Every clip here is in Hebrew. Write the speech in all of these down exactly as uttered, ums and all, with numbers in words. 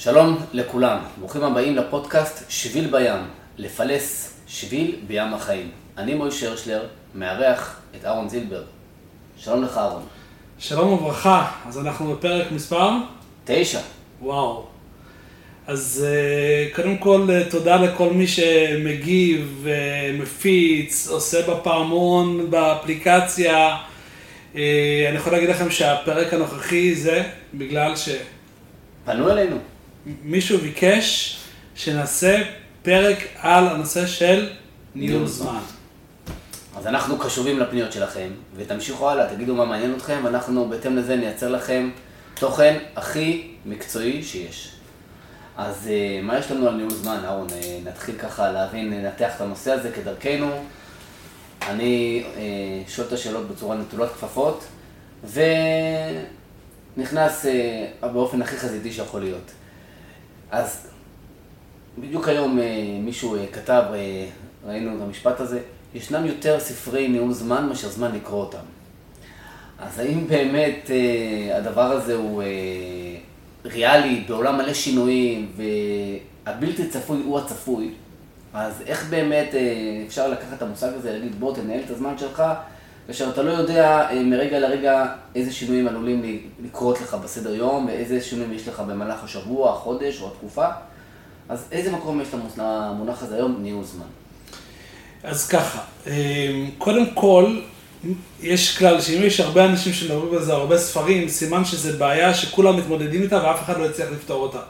שלום לכולם, ברוכים הבאים לפודקאסט שביל בים, לפלס שביל בים החיים. אני מוישה הרשלר, מארח את אהרון זילבר. שלום לך אהרון. שלום וברכה, אז אנחנו בפרק מספר? תשע. וואו. אז קודם כל תודה לכל מי שמגיב, מפיץ, עושה בפעמון, באפליקציה. אני יכול להגיד לכם שהפרק הנוכחי זה בגלל ש... פנו אלינו. מישהו ביקש שנעשה פרק על הנושא של ניהול זמן. אז אנחנו קשובים לפניות שלכם, ותמשיכו הלאה, תגידו מה מעניין אתכם, ואנחנו בהתאם לזה נייצר לכם תוכן הכי מקצועי שיש. אז מה יש לנו על ניהול זמן, אהרון? נתחיל ככה להבין, ננתח את הנושא הזה כדרכנו. אני שואל את השאלות בצורה נטולת כפפות, ונכנס באופן הכי חזיתי שיכול להיות. אז בדיוק היום מישהו כתב, ראינו את המשפט הזה, ישנם יותר ספרי ניהול זמן מאשר זמן לקרוא אותם. אז האם באמת הדבר הזה הוא ריאלי, בעולם מלא שינויים, והבלתי צפוי הוא הצפוי, אז איך באמת אפשר לקחת את המושג הזה, להגיד בוא תנהל את הזמן שלך, כאשר אתה לא יודע מרגע לרגע איזה שינויים עלולים לקרות לך בסדר יום, ואיזה שינויים יש לך במהלך השבוע, החודש או התקופה, אז איזה מקום יש למונח הזה היום, ניהול זמן? אז ככה, קודם כל, יש כלל שאם יש הרבה אנשים שמדברים בזה, הרבה ספרים, סימן שזה בעיה שכולם מתמודדים איתה ואף אחד לא יצליח לפתור אותה.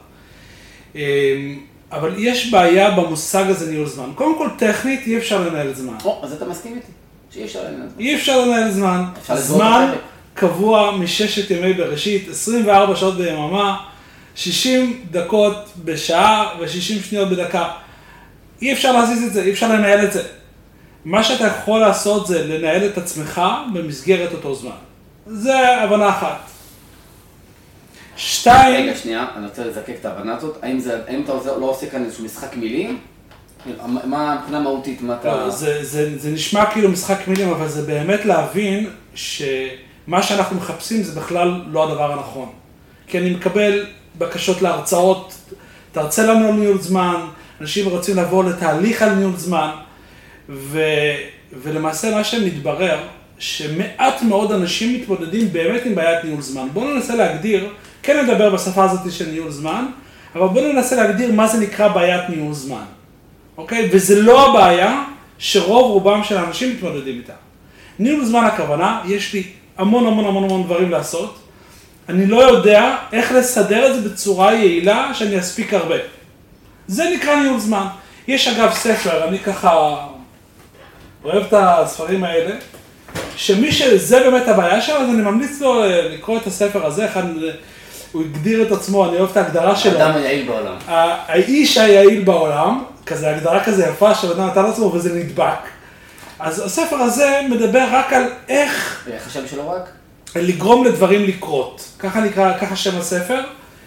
אבל יש בעיה במושג הזה ניהול זמן. קודם כל, טכנית, אי אפשר לנהל זמן. או, אז אתה מסכים איתי, שאי אפשר לנהל זמן. אי אפשר לנהל זמן. זמן קבוע מששת ימי בראשית, עשרים וארבע שעות ביממה, שישים דקות בשעה ו-שישים שניות בדקה. אי אפשר להזיז את זה, אי אפשר לנהל את זה. מה שאתה יכול לעשות זה לנהל את עצמך במסגרת אותו זמן. זה הבנה אחת. שתיים... רגע, שנייה, אני רוצה לזקק את ההבנה הזאת. האם, זה, האם אתה לא עושה כאן איזשהו משחק מילים? מה מבחינה מהותית, מה אתה... לא, זה, זה, זה נשמע כאילו משחק מילים, אבל זה באמת להבין שמה שאנחנו מחפשים זה בכלל לא הדבר הנכון. כי אני מקבל בקשות להרצאות, תרצה לנו על ניהול זמן, אנשים רוצים לבוא לתהליך על ניהול זמן, ו, ולמעשה מה שמתברר, שמעט מאוד אנשים מתמודדים באמת עם בעיית ניהול זמן. בואו ננסה להגדיר, כן נדבר בשפה הזאת של ניהול זמן, אבל בואו ננסה להגדיר מה זה נקרא בעיית ניהול זמן. אוקיי? וזה לא הבעיה שרוב רובם של האנשים מתמודדים איתה. ניהול זמן הכוונה, יש לי המון המון המון המון דברים לעשות, אני לא יודע איך לסדר את זה בצורה יעילה שאני אספיק הרבה. זה נקרא ניהול זמן. יש אגב ספר, אני ככה אוהב את הספרים האלה, שמי שזה באמת הבעיה שלו, אז אני ממליץ לו לקרוא את הספר הזה, אחד, הוא הגדיר את עצמו, אני אוהב את ההגדרה שלו. האדם היעיל בעולם. האיש היעיל בעולם, כזה הגדרה כזה יפה, שאדם נתן לעצמו וזה נדבק. אז הספר הזה מדבר רק על איך... חשב שלא רק? לגרום לדברים לקרות. ככה נקרא, ככה שם הספר,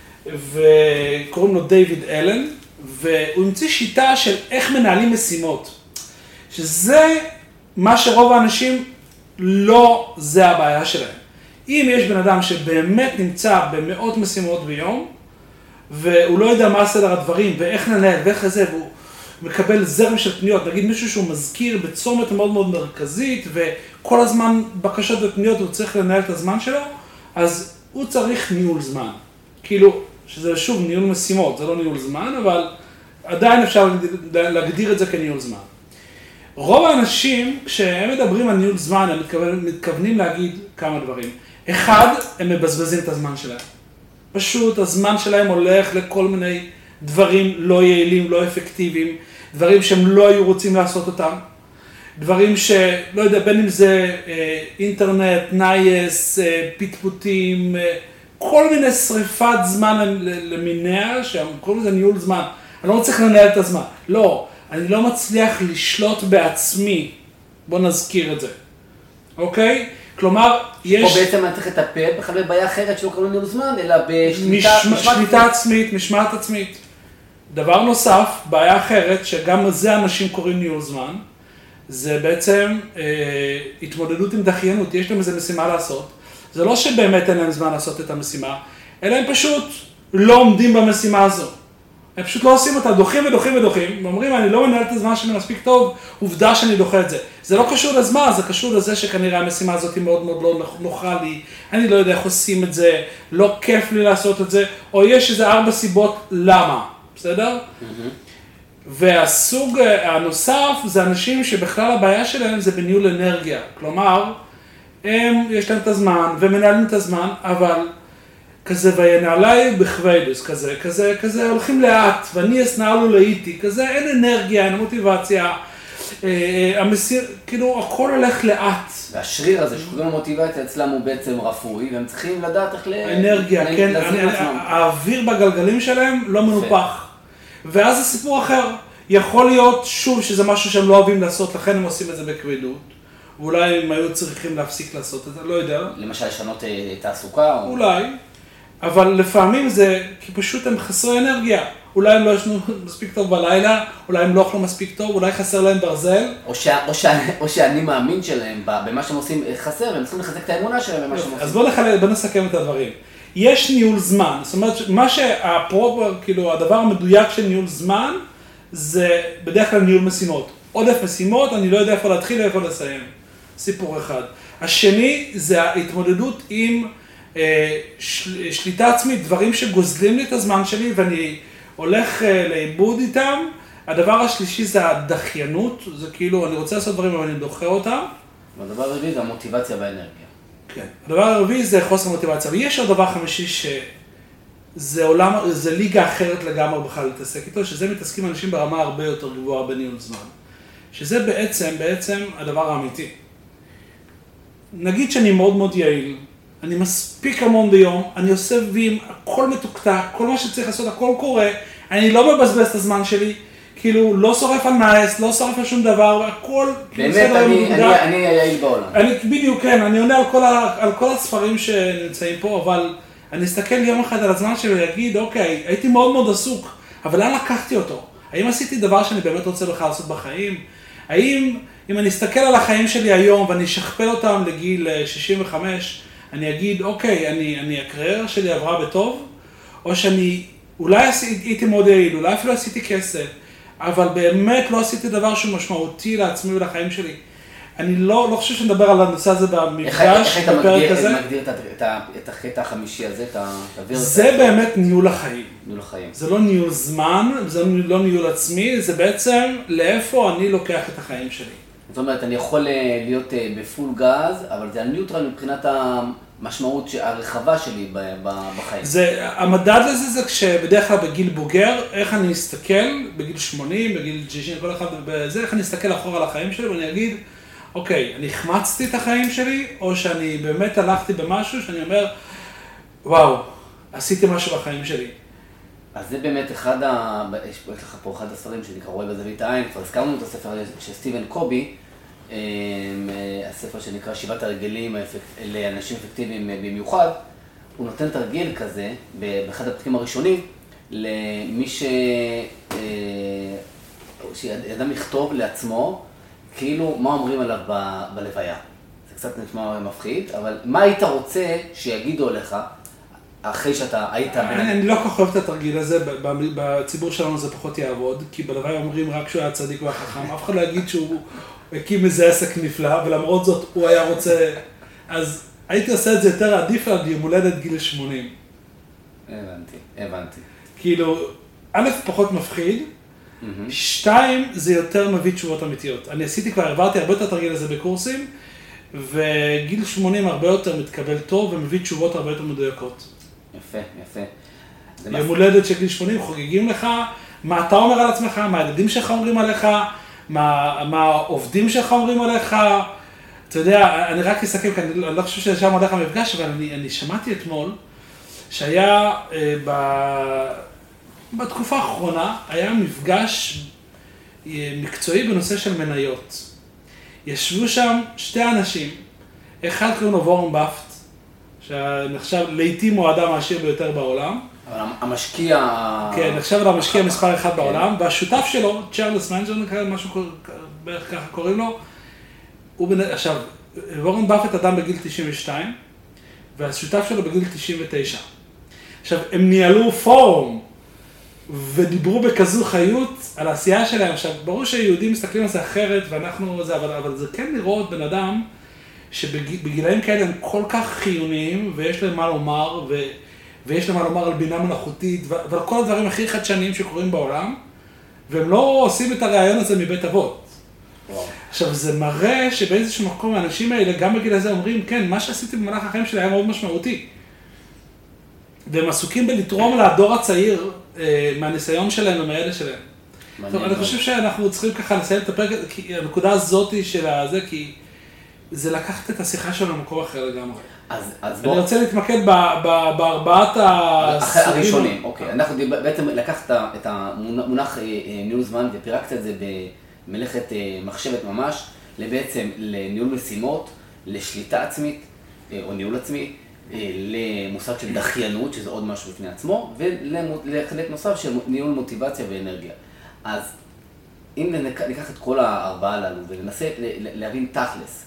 וקוראים לו דיוויד אלן, והוא המציא שיטה של איך מנהלים משימות. שזה מה שרוב האנשים לא זה הבעיה שלהם. אם יש בן אדם שבאמת נמצא במאות משימות ביום, והוא לא יודע מה סדר הדברים, ואיך לנהל, ואיך זה, והוא מקבל זרם של פניות, נגיד מישהו שהוא מזכיר בצומת מאוד מאוד מרכזית, וכל הזמן בקשות ופניות הוא צריך לנהל את הזמן שלו, אז הוא צריך ניהול זמן. כאילו, שזה שוב ניהול משימות, זה לא ניהול זמן, אבל עדיין אפשר להגדיר את זה כניהול זמן. רוב האנשים, כשהם מדברים על ניהול זמן, הם מתכוונים, מתכוונים להגיד כמה דברים. אחד, הם מבזבזים את הזמן שלהם. פשוט הזמן שלהם הולך לכל מיני דברים לא יעילים, לא אפקטיביים, דברים שהם לא היו רוצים לעשות אותם, דברים שלא יודע, בין אם זה אה, אינטרנט, נייס, אה, פטפוטים, אה, כל מיני שריפת זמן למיניה, שהם קוראים לזה ניהול זמן. אני לא צריך לנהל את הזמן. לא, אני לא מצליח לשלוט בעצמי. בוא נזכיר את זה. אוקיי? כלומר, יש... פה בעצם אני צריך לטפל בכלל בבעיה אחרת שלא קוראים ניהול זמן, אלא בשליטה... מש... שליטה עצמית, משמעת עצמית. דבר נוסף, בעיה אחרת, שגם זה אנשים קוראים ניהול זמן, זה בעצם אה, התמודדות עם דחיינות. יש להם איזה משימה לעשות. זה לא שבאמת אין להם זמן לעשות את המשימה, אלא הם פשוט לא עומדים במשימה הזו. הם פשוט לא עושים אותה, דוחים ודוחים ודוחים, ואומרים, אני לא מנהל את הזמן שלי מספיק טוב, עובדה שאני דוחה את זה. זה לא קשור לזמן, זה קשור לזה שכנראה המשימה הזאת היא מאוד מאוד לא נוחה לי, אני לא יודע איך עושים את זה, לא כיף לי לעשות את זה, או יש איזה ארבע סיבות למה, בסדר? והסוג הנוסף זה אנשים שבכלל הבעיה שלהם זה בניהול אנרגיה. כלומר, הם, יש להם את הזמן ומנהלים את הזמן, אבל כזה וינעלי בכבדוס, כזה, כזה, כזה הולכים לאט, ואני אסנעלו לאיטי, כזה אין אנרגיה, אין מוטיבציה, המסיר, כאילו הכל הולך לאט. והשריר הזה שקוראים המוטיבציה אצלם הוא בעצם רפוי, והם צריכים לדעת איך ל... אנרגיה, כן, האוויר בגלגלים שלהם לא מנופח. ואז זה סיפור אחר. יכול להיות שוב שזה משהו שהם לא אוהבים לעשות, לכן הם עושים את זה בכבדות. ואולי הם היו צריכים להפסיק לעשות את זה, לא יודע. למשל, לשנות תעסוקה? או... אולי. אבל לפעמים זה כי פשוט הם חסרי אנרגיה. אולי הם לא ישנו מספיק טוב בלילה, אולי הם לא אוכלו מספיק טוב, אולי חסר להם ברזל. או, ש... או, ש... או שאני מאמין שלהם במה שהם עושים חסר, והם צריכים לחזק את האמונה שלהם במה שהם עושים. אז בואו נחל... בוא נסכם את הדברים. יש ניהול זמן, זאת אומרת, מה שהפרופר, כאילו, הדבר המדויק של ניהול זמן, זה בדרך כלל ניהול משימות. עודף משימות, אני לא יודע איפה להתחיל ואיפה לסיים. סיפור אחד. השני, זה ההתמודדות עם אה, של... שליטה עצמית, דברים שגוזלים לי את הזמן שלי, ואני הולך אה, לאיבוד איתם. הדבר השלישי זה הדחיינות, זה כאילו, אני רוצה לעשות דברים, אבל אני דוחה אותם. והדבר הרביעי זה המוטיבציה והאנרגיה. כן. הדבר הרביעי זה חוסר מוטיבציה, ויש עוד דבר חמישי שזה עולם, זה ליגה אחרת לגמרי בכלל להתעסק איתו, שזה מתעסקים אנשים ברמה הרבה יותר גבוהה בניהול זמן. שזה בעצם, בעצם הדבר האמיתי. נגיד שאני מאוד מאוד יעיל, אני מספיק המון ביום, אני עושה וים, הכל מתוקתק, כל מה שצריך לעשות, הכל קורה, אני לא מבזבז את הזמן שלי, כאילו, לא שורף על נייס, לא שורף על שום דבר, הכל... באמת, אני, אני, אני יעיל בעולם. אני, בדיוק, כן, אני עונה על כל, ה, על כל הספרים שנמצאים פה, אבל אני אסתכל יום אחד על הזמן שלי ויגיד, אוקיי, הייתי מאוד מאוד עסוק, אבל לאן לקחתי אותו? האם עשיתי דבר שאני באמת רוצה בכלל לעשות בחיים? האם, אם אני אסתכל על החיים שלי היום ואני אשכפל אותם לגיל שישים וחמש, אני אגיד, אוקיי, אני, אני הקריירה שלי עברה בטוב, או שאני, אולי הייתי מאוד יעיל, אולי אפילו עשיתי כסף, אבל באמת לא עשיתי דבר שהוא משמעותי לעצמי ולחיים שלי. אני לא, לא חושב שנדבר על הנושא הזה במפגש, בפרק הזה. איך אתה מגדיר את הקטע החמישי הזה, את האוויר? זה באמת ניהול החיים. ניהול החיים. זה לא ניהול זמן, זה לא ניהול עצמי, זה בעצם לאיפה אני לוקח את החיים שלי. זאת אומרת, אני יכול להיות בפול גז, אבל זה הניוטרל מבחינת המשמעות הרחבה שלי בחיים. זה, המדד לזה זה כשבדרך כלל בגיל בוגר, איך אני אסתכל, בגיל שמונים, בגיל שישים, כל אחד בזה, איך אני אסתכל אחורה על החיים שלי ואני אגיד, אוקיי, אני החמצתי את החיים שלי, או שאני באמת הלכתי במשהו שאני אומר, וואו, עשיתי משהו בחיים שלי. אז זה באמת אחד ה... יש לך פה אחד הספרים שנקרא רואה בזווית העין, כבר הזכרנו את הספר של סטיבן קובי, הספר שנקרא שבעת הרגלים לאנשים אפקטיביים במיוחד, הוא נותן תרגיל כזה, באחד הפרקים הראשונים, למי ש... שידע לכתוב לעצמו, כאילו מה אומרים עליו ב... בלוויה. זה קצת נשמע מפחיד, אבל מה היית רוצה שיגידו עליך אחרי שאתה היית... אני, אני לא כל כך אוהב את התרגיל הזה, בציבור שלנו זה פחות יעבוד, כי בלוויה אומרים רק שהוא היה צדיק והחכם, אף אחד לא יגיד שהוא הקים איזה עסק נפלא, ולמרות זאת הוא היה רוצה... אז הייתי עושה את זה יותר עדיף על יום הולדת גיל שמונים. הבנתי, הבנתי. כאילו, א', פחות מפחיד, שתיים, זה יותר מביא תשובות אמיתיות. אני עשיתי כבר, עברתי הרבה יותר תרגיל הזה בקורסים, וגיל שמונים הרבה יותר מתקבל טוב ומביא תשובות הרבה יותר מדויקות. יפה, יפה. יום הולדת של גיל שמונים חוגגים לך, מה אתה אומר על עצמך, מה הילדים שלך אומרים עליך, מה, מה העובדים שלך אומרים עליך. אתה יודע, אני רק אסכם, כי אני לא חושב ששם הולך המפגש, אבל אני, אני שמעתי אתמול שהיה אה, ב... בתקופה האחרונה, היה מפגש אה, מקצועי בנושא של מניות. ישבו שם שתי אנשים, אחד קוראים לו וורן באפט, שנחשב לעתים הוא האדם העשיר ביותר בעולם. אבל המשקיע... כן, נחשב על המשקיע מספר אחד בעולם, והשותף שלו, צ'רלס מנג'ון, משהו בערך ככה קוראים לו, הוא בנ... עכשיו, וורן באפט אדם בגיל תשעים ושתיים, והשותף שלו בגיל תשעים ותשע. עכשיו, הם ניהלו פורום, ודיברו בכזו חיות על העשייה שלהם. עכשיו, ברור שיהודים מסתכלים על זה אחרת, ואנחנו זה, אבל, אבל זה כן לראות בן אדם, שבגילאים כאלה הם כל כך חיוניים, ויש להם מה לומר, ו, ויש להם מה לומר על בינה מלאכותית, ועל כל הדברים הכי חדשניים שקורים בעולם, והם לא עושים את הרעיון הזה מבית אבות. וואו. עכשיו, זה מראה שבאיזשהו מקום האנשים האלה, גם בגיל הזה אומרים, כן, מה שעשיתי במהלך החיים שלי היה מאוד משמעותי. והם עסוקים בלתרום לדור הצעיר אה, מהניסיון שלהם ומהידע שלהם. טוב, אני חושב שאנחנו צריכים ככה לסיים את הפרק, כי הנקודה הזאת של הזה, כי זה לקחת את השיחה שלנו למקום אחר לגמרי. אז, אז בוא... אני רוצה להתמקד ב, ב, בארבעת הראשונים. אוקיי, אנחנו בעצם לקחת את המונח ניהול זמן ופירקת את זה במלאכת מחשבת ממש, לבעצם לניהול משימות, לשליטה עצמית או ניהול עצמי, למושג של דחיינות, שזה עוד משהו בפני עצמו, ולחלק נוסף של ניהול מוטיבציה ואנרגיה. אז אם ניקח את כל הארבעה הללו וננסה להבין תכלס,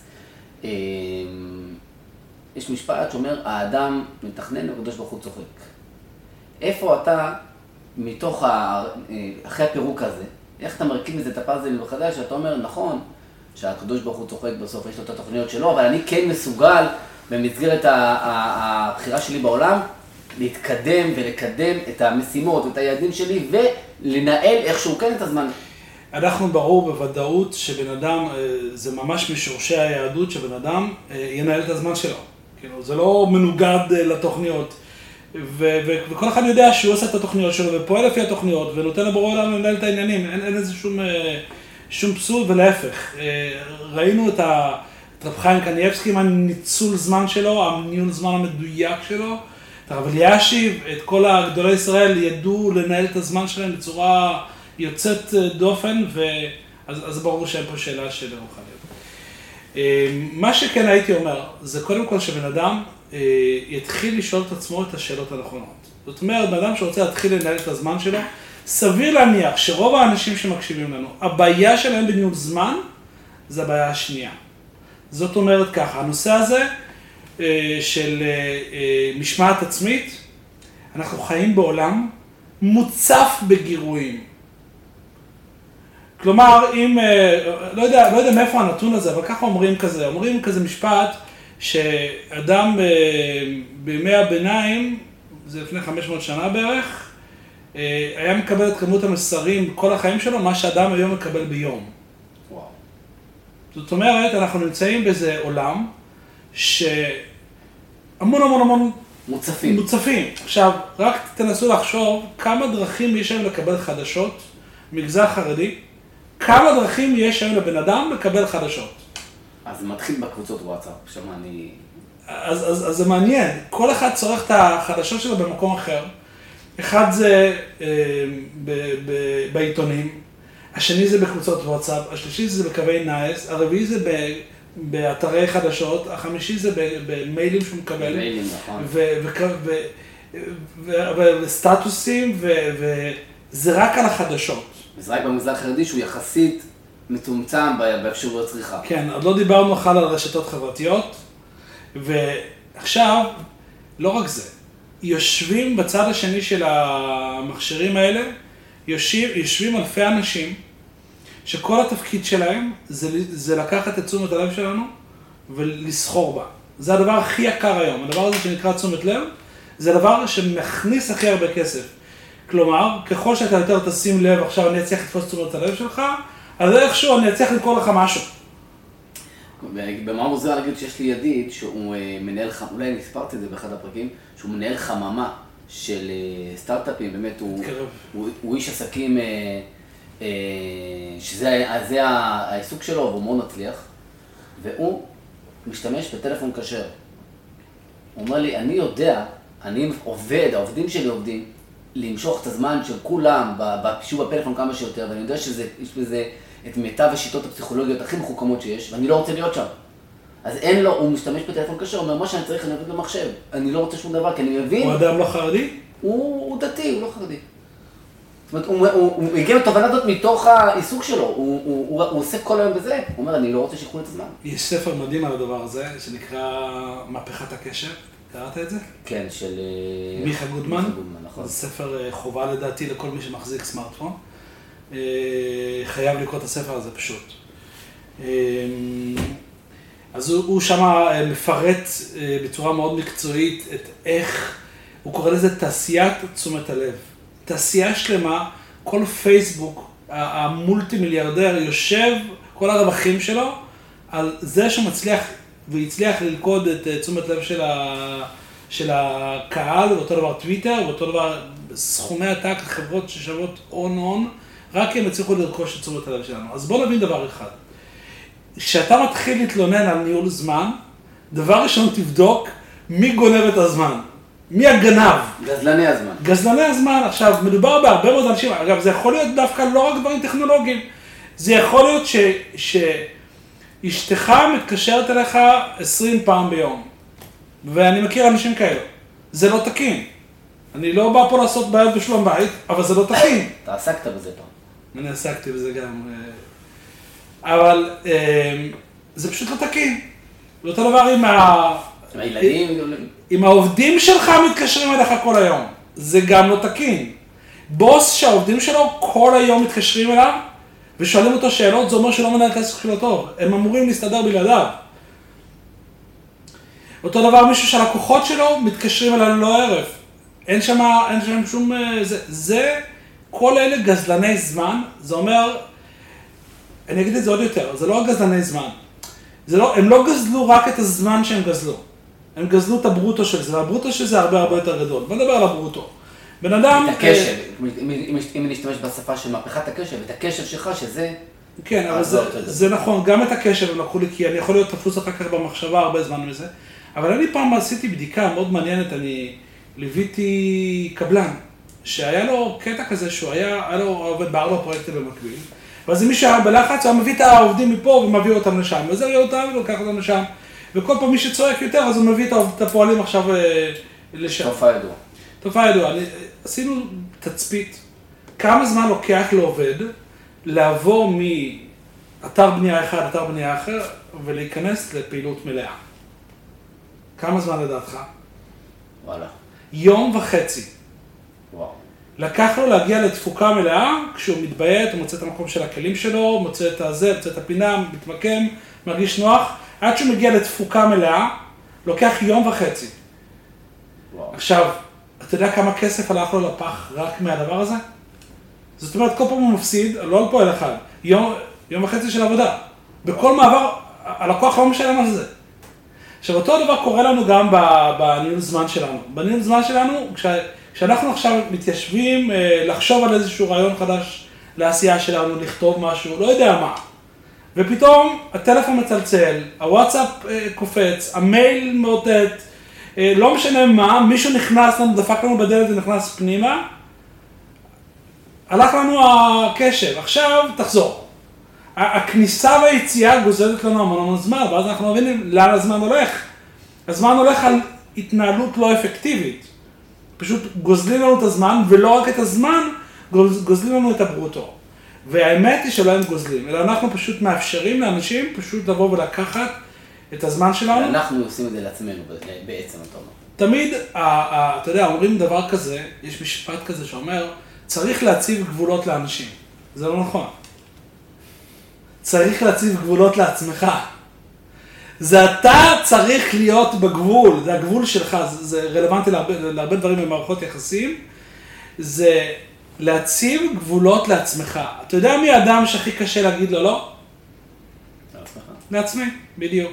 יש משפט שאומר, האדם מתכנן והקדוש ברוך הוא צוחק. איפה אתה, מתוך, ה... אחרי הפירוק הזה, איך אתה מרכיב מזה את הפאזל מחדש, שאתה אומר, נכון, שהקדוש ברוך הוא צוחק בסוף, יש לו את התוכניות שלו, אבל אני כן מסוגל, במסגרת הבחירה שלי בעולם, להתקדם ולקדם את המשימות ואת היעדים שלי, ולנהל איכשהו כן את הזמן. אנחנו ברור בוודאות שבן אדם, זה ממש משורשי היהדות, שבן אדם ינהל את הזמן שלו. כאילו, זה לא מנוגד לתוכניות. ו- ו- וכל אחד יודע שהוא עושה את התוכניות שלו ופועל לפי התוכניות, ונותן לבורא עולם לנהל את העניינים. אין, אין איזה שום, שום פסול, ולהפך. ראינו את ה... את רב חיים קניאבסקי עם הניצול זמן שלו, הניהול זמן המדויק שלו. את הרב אלישיב, את כל הגדולי ישראל ידעו לנהל את הזמן שלהם בצורה יוצאת דופן, ואז אז ברור שאין פה שאלה של רוחניות. מה שכן הייתי אומר, זה קודם כל שבן אדם יתחיל לשאול את עצמו את השאלות הנכונות. זאת אומרת, בן אדם שרוצה להתחיל לנהל את הזמן שלו, סביר להניח שרוב האנשים שמקשיבים לנו, הבעיה שלהם בניהול זמן, זה הבעיה השנייה. זאת אומרת ככה, הנושא הזה של משמעת עצמית, אנחנו חיים בעולם מוצף בגירויים. כלומר, אם, לא יודע, לא יודע מאיפה הנתון הזה, אבל ככה אומרים כזה, אומרים כזה משפט, שאדם בימי הביניים, זה לפני חמש מאות שנה בערך, היה מקבל את כמות המסרים כל החיים שלו, מה שאדם היום מקבל ביום. וואו. זאת אומרת, אנחנו נמצאים באיזה עולם, שהמון המון המון מוצפים. מוצפים. עכשיו, רק תנסו לחשוב כמה דרכים יש היום לקבל חדשות, מגזר חרדי, כמה דרכים יש היום לבן אדם לקבל חדשות. אז זה מתחיל בקבוצות וואטסאפ, שמה אני... אז, אז, אז זה מעניין, כל אחד צורך את החדשות שלו במקום אחר. אחד זה אה, ב, ב, בעיתונים, השני זה בקבוצות וואטסאפ, השלישי זה בקווי נאייס, הרביעי זה ב, באתרי חדשות, החמישי זה במיילים שהוא מקבל. במיילים, נכון. וסטטוסים, וזה רק על החדשות. וזה רק במגזר החרדי שהוא יחסית מצומצם באפשרויות צריכה. כן, עוד לא דיברנו בכלל על רשתות חברתיות, ועכשיו, לא רק זה, יושבים בצד השני של המכשירים האלה, יושבים, יושבים אלפי אנשים, שכל התפקיד שלהם זה, זה לקחת את תשומת הלב שלנו ולסחור בה. זה הדבר הכי יקר היום, הדבר הזה שנקרא תשומת לב, זה הדבר שמכניס הכי הרבה כסף. כלומר, ככל שאתה יותר תשים לב, עכשיו אני אצליח לתפוס תשומת הלב שלך, אז איכשהו אני אצליח לקרוא לך משהו. במה מוזר להגיד שיש לי ידיד שהוא מנהל, אולי אני הספרתי את זה באחד הפרקים, שהוא מנהל חממה של סטארט-אפים, באמת הוא, הוא, הוא איש עסקים, שזה זה העיסוק שלו והוא מאוד מצליח, והוא משתמש בטלפון כשר. הוא אומר לי, אני יודע, אני עובד, העובדים שלי עובדים, למשוך את הזמן של כולם בפישור בפלאפון כמה שיותר, ואני יודע שיש בזה את מיטב השיטות הפסיכולוגיות הכי מחוכמות שיש, ואני לא רוצה להיות שם. אז אין לו, הוא משתמש בטלפון כשר, הוא אומר, מה שאני צריך, אני עובד במחשב. אני לא רוצה שום דבר, כי אני מבין... הוא אדם לא חרדי? הוא, הוא דתי, הוא לא חרדי. זאת אומרת, הוא, הוא, הוא מגיע לתובנה הזאת מתוך העיסוק שלו, הוא, הוא, הוא, הוא עושה כל היום בזה, הוא אומר, אני לא רוצה שיקחו את הזמן. יש ספר מדהים על הדבר הזה, שנקרא מהפכת הקשב. קראת את זה? כן, של... מיכה גודמן. מיכה גודמן, נכון. זה ספר חובה לדעתי לכל מי שמחזיק סמארטפון. חייב לקרוא את הספר הזה פשוט. אז הוא, הוא שם מפרט בצורה מאוד מקצועית את איך, הוא קורא לזה תעשיית תשומת הלב. תעשייה שלמה, כל פייסבוק, המולטי מיליארדר יושב, כל הרווחים שלו, על זה שמצליח והצליח ללכוד את תשומת לב של, ה, של הקהל, ואותו דבר טוויטר, ואותו דבר סכומי עתק, חברות ששוות הון הון, רק כי הם הצליחו לרכוש את תשומת הלב שלנו. אז בואו נבין דבר אחד. כשאתה מתחיל להתלונן על ניהול זמן, דבר ראשון תבדוק מי גונב את הזמן. מי הגנב? גזלני הזמן. גזלני הזמן. עכשיו, מדובר בהרבה מאוד אנשים, אגב, זה יכול להיות דווקא לא רק דברים טכנולוגיים. זה יכול להיות ש... שאשתך מתקשרת אליך עשרים פעם ביום. ואני מכיר אנשים כאלה. זה לא תקין. אני לא בא פה לעשות בעיות בשלום בית, אבל זה לא תקין. אתה עסקת בזה פעם. אני עסקתי בזה גם. אבל זה פשוט לא תקין. זה אותו דבר עם ה... עם הילדים. עם העובדים שלך מתקשרים אליך כל היום. זה גם לא תקין. בוס שהעובדים שלו כל היום מתקשרים אליו, ושואלים אותו שאלות, זה אומר שלא מנהל את העסק שלו טוב. הם אמורים להסתדר בלעדיו. אותו דבר מישהו שהלקוחות שלו מתקשרים אליו ללא ערב. אין שם, אין שם שום... זה, זה, כל אלה גזלני זמן, זה אומר, אני אגיד את זה עוד יותר, זה לא גזלני זמן. זה לא, הם לא גזלו רק את הזמן שהם גזלו. הם גזלו את הברוטו של זה, והברוטו של זה הרבה הרבה יותר גדול. בוא נדבר על הברוטו. בן אדם... את הקשב, אם נשתמש בשפה של מהפכת הקשב, את הקשב שלך שזה... כן, אבל זה, זה נכון, גם את הקשב הם לקחו לי, כי אני יכול להיות תפוס אחר כך במחשבה הרבה זמן מזה. אבל אני פעם עשיתי בדיקה מאוד מעניינת, אני ליוויתי קבלן, שהיה לו קטע כזה שהוא היה, היה לו עובד בארבע פרויקטים במקביל, ואז אם מישהו היה בלחץ, הוא היה מביא את העובדים מפה ומביא אותם לשם, וזה ראו אותם ולוקח אותם לשם, וכל פעם מי שצועק יותר, אז הוא מביא את הפועלים עכשיו לשם. תופעה ידועה. תופעה ידועה. עשינו תצפית, כמה זמן לוקח לעובד לעבור מאתר בנייה אחד, אתר בנייה אחר, ולהיכנס לפעילות מלאה. כמה זמן לדעתך? וואלה. יום וחצי. וואו. לקח לו להגיע לתפוקה מלאה, כשהוא מתביית, הוא מוצא את המקום של הכלים שלו, מוצא את הזה, מוצא את הפינה, מתמקם, מרגיש נוח, עד שהוא מגיע לתפוקה מלאה, לוקח יום וחצי. וואו. עכשיו, אתה יודע כמה כסף הלך לו לפח רק מהדבר הזה? זאת אומרת, כל פעם הוא מפסיד, לא על פועל אחד, יום, יום וחצי של עבודה. בכל מעבר, הלקוח לא משלם על זה. עכשיו, אותו דבר קורה לנו גם בניהול זמן שלנו. בניהול זמן שלנו, כש, כשאנחנו עכשיו מתיישבים לחשוב על איזשהו רעיון חדש לעשייה שלנו, לכתוב משהו, לא יודע מה. ופתאום הטלפון מצלצל, הוואטסאפ קופץ, המייל מאותת, לא משנה מה, מישהו נכנס לנו, דפק לנו בדלת ונכנס פנימה, הלך לנו הקשב, עכשיו תחזור. הכניסה והיציאה גוזלת לנו המון המון זמן, ואז אנחנו מבינים לאן הזמן הולך. הזמן הולך על התנהלות לא אפקטיבית. פשוט גוזלים לנו את הזמן, ולא רק את הזמן, גוזלים לנו את הברוטו. והאמת היא שלא הם גוזלים, אלא אנחנו פשוט מאפשרים לאנשים פשוט לבוא ולקחת את הזמן שלנו. ואנחנו עושים את זה לעצמנו בעצם, אתה אומר. תמיד, אתה יודע, אומרים דבר כזה, יש משפט כזה שאומר, צריך להציב גבולות לאנשים. זה לא נכון. צריך להציב גבולות לעצמך. זה אתה צריך להיות בגבול, זה הגבול שלך, זה, זה רלוונטי להרבה, להרבה דברים במערכות יחסים, זה להציב גבולות לעצמך. אתה יודע מי האדם שהכי קשה להגיד לו לא? לעצמך. לעצמי, בדיוק.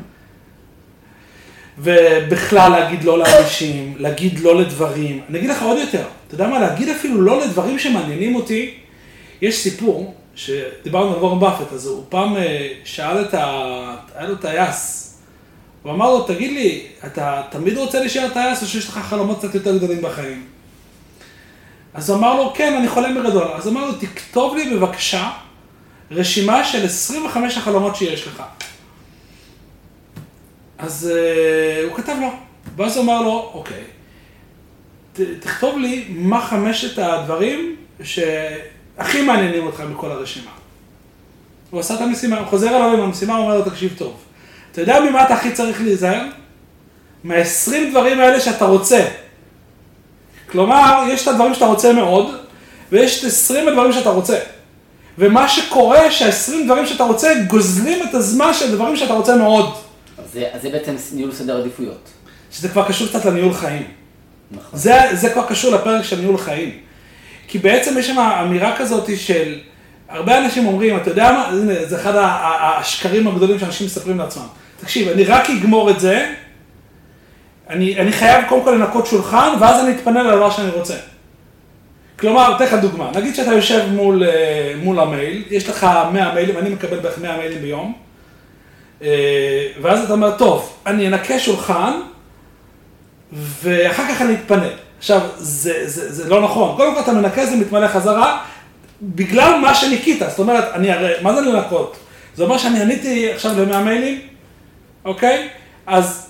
ובכלל להגיד לא לאנשים, להגיד לא לדברים. אני אגיד לך עוד יותר, אתה יודע מה, להגיד אפילו לא לדברים שמעניינים אותי, יש סיפור, שדיברנו על וורן באפט, אז הוא פעם שאל את ה... היה לו טייס, הוא אמר לו, תגיד לי, אתה תמיד רוצה להישאר טייס או שיש לך חלומות קצת יותר גדולים בחיים? אז הוא אמר לו, כן, אני חולם בגדול. אז הוא אמר לו, תכתוב לי בבקשה רשימה של עשרים וחמש החלומות שיש לך. אז uh, הוא כתב לו, ואז הוא אמר לו, אוקיי, ת, תכתוב לי מה חמשת הדברים ש... הכי מעניינים אותך מכל הרשימה. הוא עשה את המשימה, הוא חוזר אליו עם המשימה, הוא אומר לו, תקשיב טוב. אתה יודע ממה אתה הכי צריך להיזהר? מה-עשרים דברים האלה שאתה רוצה. כלומר, יש את הדברים שאתה רוצה מאוד, ויש את עשרים הדברים שאתה רוצה. ומה שקורה, שה-עשרים דברים שאתה רוצה, גוזלים את הזמן של הדברים שאתה רוצה מאוד. אז זה, אז זה בעצם ניהול סדר עדיפויות. שזה כבר קשור קצת לניהול חיים. נכון. זה, זה כבר קשור לפרק של ניהול חיים. כי בעצם יש שם אמירה כזאת של, הרבה אנשים אומרים, אתה יודע מה, זה אחד השקרים הגדולים שאנשים מספרים לעצמם. תקשיב, אני רק אגמור את זה, אני, אני חייב קודם כל לנקות שולחן, ואז אני אתפנה לדבר שאני רוצה. כלומר, תן לך דוגמה, נגיד שאתה יושב מול, מול המייל, יש לך מאה מיילים, אני מקבל בערך מאה מיילים ביום, ואז אתה אומר, טוב, אני אנקה שולחן, ואחר כך אני אתפנה. עכשיו, זה, זה, זה לא נכון. קודם כל אתה מנקה, זה מתמלא חזרה, בגלל מה שניקית. זאת אומרת, אני הרי, מה זה לנקות? זה אומר שאני עניתי עכשיו ל-מאה מיילים, אוקיי? אז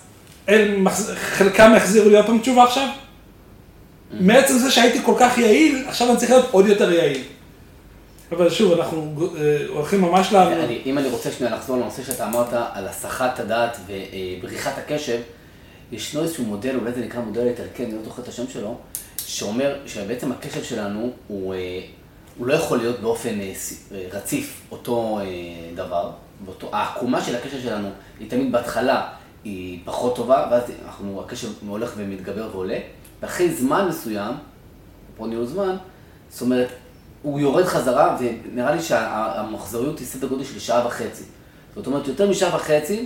חלקם יחזירו לי עוד פעם תשובה עכשיו? מעצם זה שהייתי כל כך יעיל, עכשיו אני צריך להיות עוד יותר יעיל. אבל שוב, אנחנו הולכים ממש ל... אם אני רוצה שנייה לחזור לנושא שאתה אמרת על הסחת הדעת ובריחת הקשב, ישנו איזשהו מודל, אולי זה נקרא מודל היטרקן, אני לא זוכר את השם שלו, שאומר שבעצם הקשב שלנו הוא, הוא לא יכול להיות באופן רציף אותו דבר, באותו, העקומה של הקשב שלנו היא תמיד בהתחלה היא פחות טובה, ואז אנחנו, הקשב הולך ומתגבר ועולה, ואחרי זמן מסוים, פה ניהול זמן, זאת אומרת, הוא יורד חזרה, ונראה לי שהמחזוריות היא סדר גודל של שעה וחצי. זאת אומרת, יותר משעה וחצי,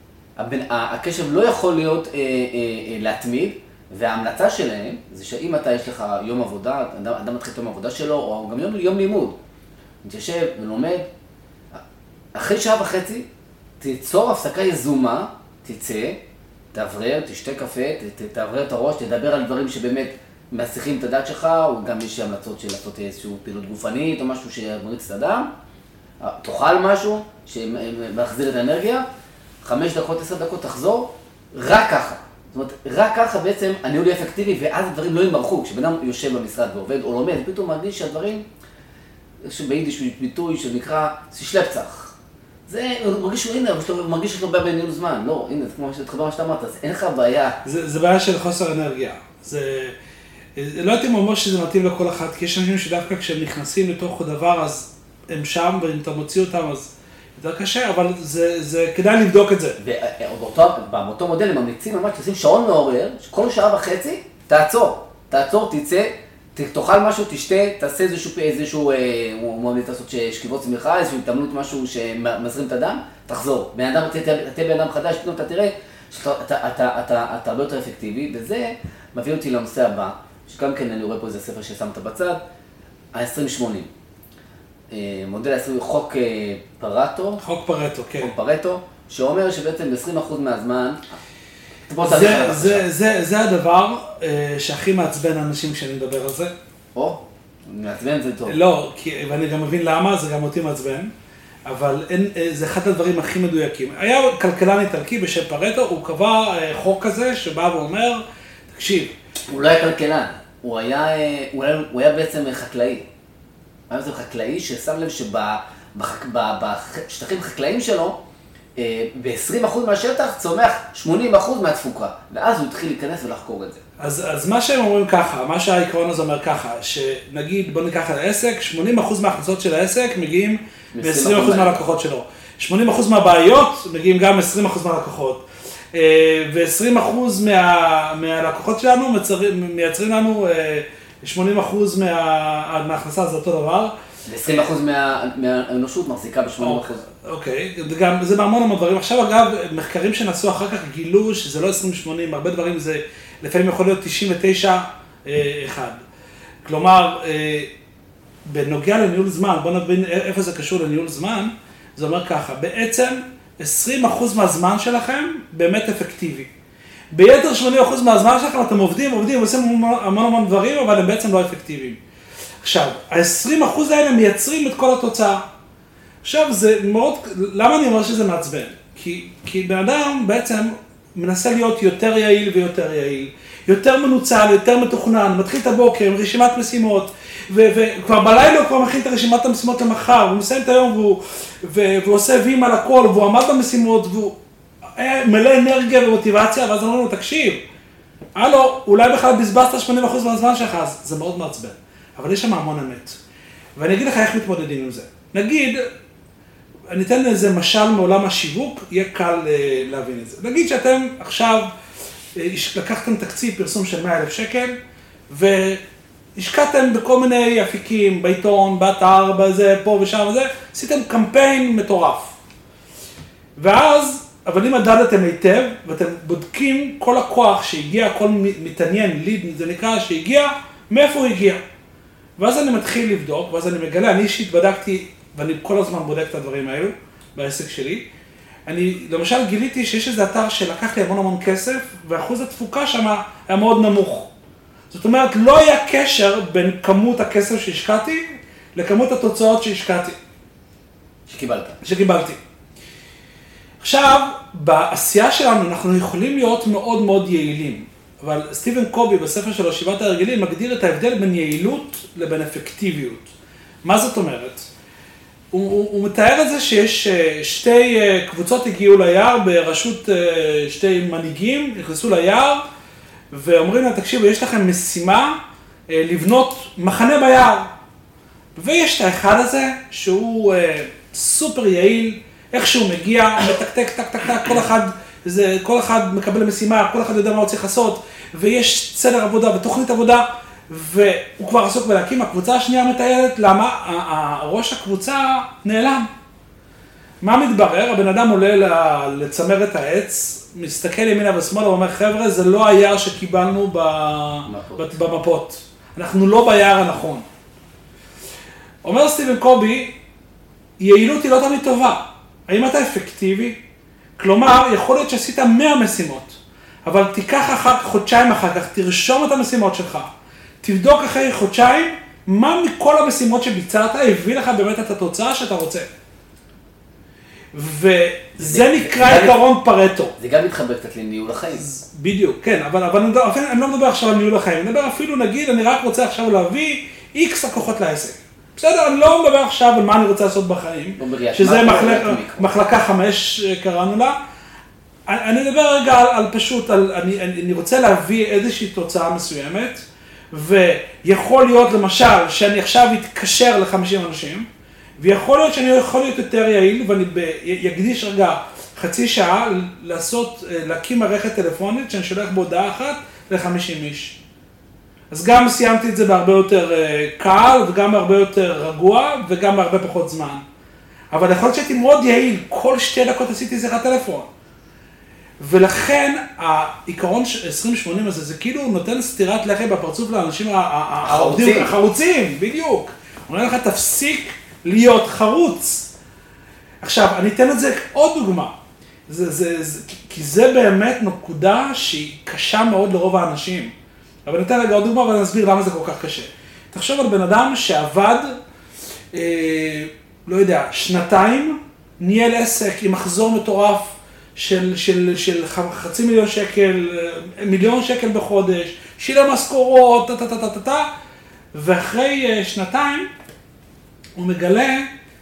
הקשב לא יכול להיות אה, אה, אה, להתמיד, וההמלצה שלהם זה שאם אתה יש לך יום עבודה, אדם, אדם מתחיל את יום העבודה שלו, או גם יום, יום לימוד, מתיישב ולומד, אחרי שעה וחצי תיצור הפסקה יזומה, תצא, תעברר, תשתה קפה, ת, תעברר את הראש, תדבר על דברים שבאמת מסיחים את הדעת שלך, או גם יש המלצות של לעשות איזושהי פעילות גופנית, או משהו שמריץ את הדם, תאכל משהו שמחזיר את האנרגיה, חמש דקות, עשר דקות, תחזור, רק ככה. זאת אומרת, רק ככה בעצם הניהול יהיה אפקטיבי, ואז הדברים לא ימרחו. כשבן אדם יושב במשרד ועובד או לומד, פתאום מרגיש שהדברים, שביידיש ביטוי שנקרא סישלפצח. זה, הוא מרגיש שהוא, הנה, הוא מרגיש שיש לו בעיה בניהול זמן. לא, הנה, זה כמו מה שאתה אמרת, אז אין לך בעיה. זה, זה בעיה של חוסר אנרגיה. זה, לא הייתי אומר שזה מתאים לכל אחד, כי יש אנשים שדווקא כשהם נכנסים לתוך הדבר, אז הם שם, ואם אתה מוציא אותם, אז יותר קשה, אבל זה, זה כדאי לבדוק את זה. ובאותו מודל הם ממליצים ממש, תשים שעון מעורר, שכל שעה וחצי, תעצור, תעצור, תצא, תאכל משהו, תשתה, תעשה איזשהו, איזשהו, הוא ממליץ לעשות שקיבות צמיחה, איזשהו התאמנות משהו שמזרים את הדם, תחזור. בן אדם, תהיה בן אדם חדש, פתאום אתה תראה שאתה אתה, אתה, אתה, אתה הרבה יותר אפקטיבי, וזה מביא אותי לנושא הבא, שגם כן אני רואה פה איזה ספר ששמת בצד, ה-עשרים שמונים. מודל עשרים, חוק פרטו. חוק פרטו, כן. חוק פרטו, שאומר שבעצם עשרים אחוז מהזמן... זה, זה, זה, זה הדבר שהכי מעצבן האנשים כשאני מדבר על זה. או, מעצבן זה טוב. לא, ואני גם מבין למה, זה גם אותי מעצבן, אבל אין, זה אחד הדברים הכי מדויקים. היה כלכלן איטלקי בשם פרטו, הוא קבע חוק כזה שבא ואומר, תקשיב. הוא לא היה כלכלן, הוא היה, הוא היה, הוא היה בעצם חקלאי. הוא היה בעצם חקלאי ששם לב שבשטחים החקלאיים שלו, ב-עשרים אחוז מהשטח צומח שמונים אחוז מהתפוקה, ואז הוא התחיל להיכנס ולחקור את זה. אז, אז מה שהם אומרים ככה, מה שהעקרון הזה אומר ככה, שנגיד בוא ניקח על העסק, שמונים אחוז מההכנסות של העסק מגיעים מ-עשרים אחוז מהלקוחות שלו. שמונים אחוז מהבעיות מגיעים גם מ-עשרים אחוז מהלקוחות. ו-עשרים אחוז מה, מהלקוחות שלנו מייצרים לנו שמונים אחוז מה, מההכנסה, זה אותו דבר. עשרים אחוז מהאנושות מחזיקה ב-שמונים אחוז. אוקיי, וגם זה בהמון המון דברים. עכשיו אגב, מחקרים שנעשו אחר כך גילו שזה לא עשרים שמונים, הרבה דברים זה לפעמים יכול להיות תשעים ותשע אחד. כלומר, בנוגע לניהול זמן, בוא נבין איפה זה קשור לניהול זמן, זה אומר ככה, בעצם עשרים אחוז מהזמן שלכם באמת אפקטיבי. ביתר שמונים אחוז מהזמן שלכם אתם עובדים, עובדים, עושים המון המון דברים, אבל הם בעצם לא אפקטיביים. עכשיו, ה-עשרים אחוז האלה מייצרים את כל התוצאה. עכשיו, זה מאוד, למה אני אומר שזה מעצבן? כי, כי בן אדם בעצם מנסה להיות יותר יעיל ויותר יעיל, יותר מנוצל, יותר מתוכנן, מתחיל את הבוקר עם רשימת משימות, וכבר בלילה הוא כבר מכין את רשימת המשימות למחר, הוא מסיים את היום והוא, והוא עושה וים על הכל, והוא עמד במשימות, והוא מלא אנרגיה ומוטיבציה, ואז אומרים לו, תקשיב, הלו, אולי בכלל בזבזת שמונים אחוז מהזמן שלך, אז זה מאוד מעצבן. אבל יש שם המון אמת. ואני אגיד לך איך מתמודדים עם זה. נגיד, אני אתן איזה משל מעולם השיווק, יהיה קל להבין את זה. נגיד שאתם עכשיו לקחתם תקציב פרסום של מאה אלף שקל, והשקעתם בכל מיני אפיקים, בעיתון, באתר, בזה, פה ושם וזה, עשיתם קמפיין מטורף. ואז, אבל אם מדדתם היטב, ואתם בודקים כל הכוח שהגיע, כל מתעניין, ליד, זה נקרא, שהגיע, מאיפה הוא הגיע. ואז אני מתחיל לבדוק, ואז אני מגלה, אני אישית בדקתי, ואני כל הזמן בודק את הדברים האלו, בעסק שלי. אני, למשל, גיליתי שיש איזה אתר שלקח לי המון המון כסף, ואחוז התפוקה שם היה מאוד נמוך. זאת אומרת, לא היה קשר בין כמות הכסף שהשקעתי, לכמות התוצאות שהשקעתי. שקיבלת. שקיבלתי. עכשיו, בעשייה שלנו אנחנו יכולים להיות מאוד מאוד יעילים, אבל סטיבן קובי בספר שלו, שבעת ההרגלים, מגדיר את ההבדל בין יעילות לבין אפקטיביות. מה זאת אומרת? הוא, הוא, הוא מתאר את זה שיש שתי קבוצות הגיעו ליער בראשות שתי מנהיגים, נכנסו ליער ואומרים לה, תקשיבו, יש לכם משימה לבנות מחנה ביער. ויש את האחד הזה שהוא סופר יעיל, איך שהוא מגיע, מתקתק, טק, טק, טק, כל אחד, זה, כל אחד מקבל משימה, כל אחד יודע מה הוא צריך לעשות, ויש סדר עבודה ותוכנית עבודה, והוא כבר עסוק בלהקים, הקבוצה השנייה מטיילת, למה? ראש הקבוצה נעלם. מה מתברר? הבן אדם עולה לצמר את העץ, מסתכל ימינה ושמאלה, ואומר, חבר'ה, זה לא היער שקיבלנו במפות. אנחנו לא ביער הנכון. אומר סטיבן קובי, יעילות היא לא תמיד טובה. האם אתה אפקטיבי? כלומר, יכול להיות שעשית מאה משימות, אבל תיקח אחר כך, חודשיים אחר כך, תרשום את המשימות שלך. תבדוק אחרי חודשיים, מה מכל המשימות שביצעת הביא לך באמת את התוצאה שאתה רוצה. וזה נקרא עיקרון פרטו. זה גם מתחבר קצת לניהול החיים. בדיוק, כן, אבל, אבל אני לא מדבר עכשיו על ניהול החיים, אני מדבר אפילו, נגיד, אני רק רוצה עכשיו להביא איקס לקוחות לעסק. בסדר, אני לא מדבר עכשיו על מה אני רוצה לעשות בחיים, שזה מחלק, מחלקה חמש קראנו לה. אני מדבר רגע על, על פשוט, על, אני, אני רוצה להביא איזושהי תוצאה מסוימת, ויכול להיות למשל שאני עכשיו אתקשר ל-חמישים אנשים, ויכול להיות שאני יכול להיות יותר יעיל, ואני אקדיש רגע חצי שעה לעשות, להקים מערכת טלפונית שאני שולח בהודעה אחת ל-חמישים איש. אז גם סיימתי את זה בהרבה יותר קל, וגם בהרבה יותר רגוע, וגם בהרבה פחות זמן. אבל יכול להיות שהייתי מאוד יעיל, כל שתי דקות עשיתי שיחת טלפון. ולכן העיקרון עשרים שמונים הזה, זה כאילו נותן סטירת לחי בפרצוף לאנשים החרוצים, החרוצים, בדיוק. הוא אומר לך, תפסיק להיות חרוץ. עכשיו, אני אתן את זה עוד דוגמה. זה, זה, זה, כי זה באמת נקודה שהיא קשה מאוד לרוב האנשים. אבל אני אתן רגע עוד דוגמה, ואני אסביר למה זה כל כך קשה. תחשוב על בן אדם שעבד, אה, לא יודע, שנתיים, ניהל עסק עם מחזור מטורף של, של, של חצי מיליון שקל, מיליון שקל בחודש, שילם משכורות, טה, טה, טה, טה, טה, ואחרי שנתיים הוא מגלה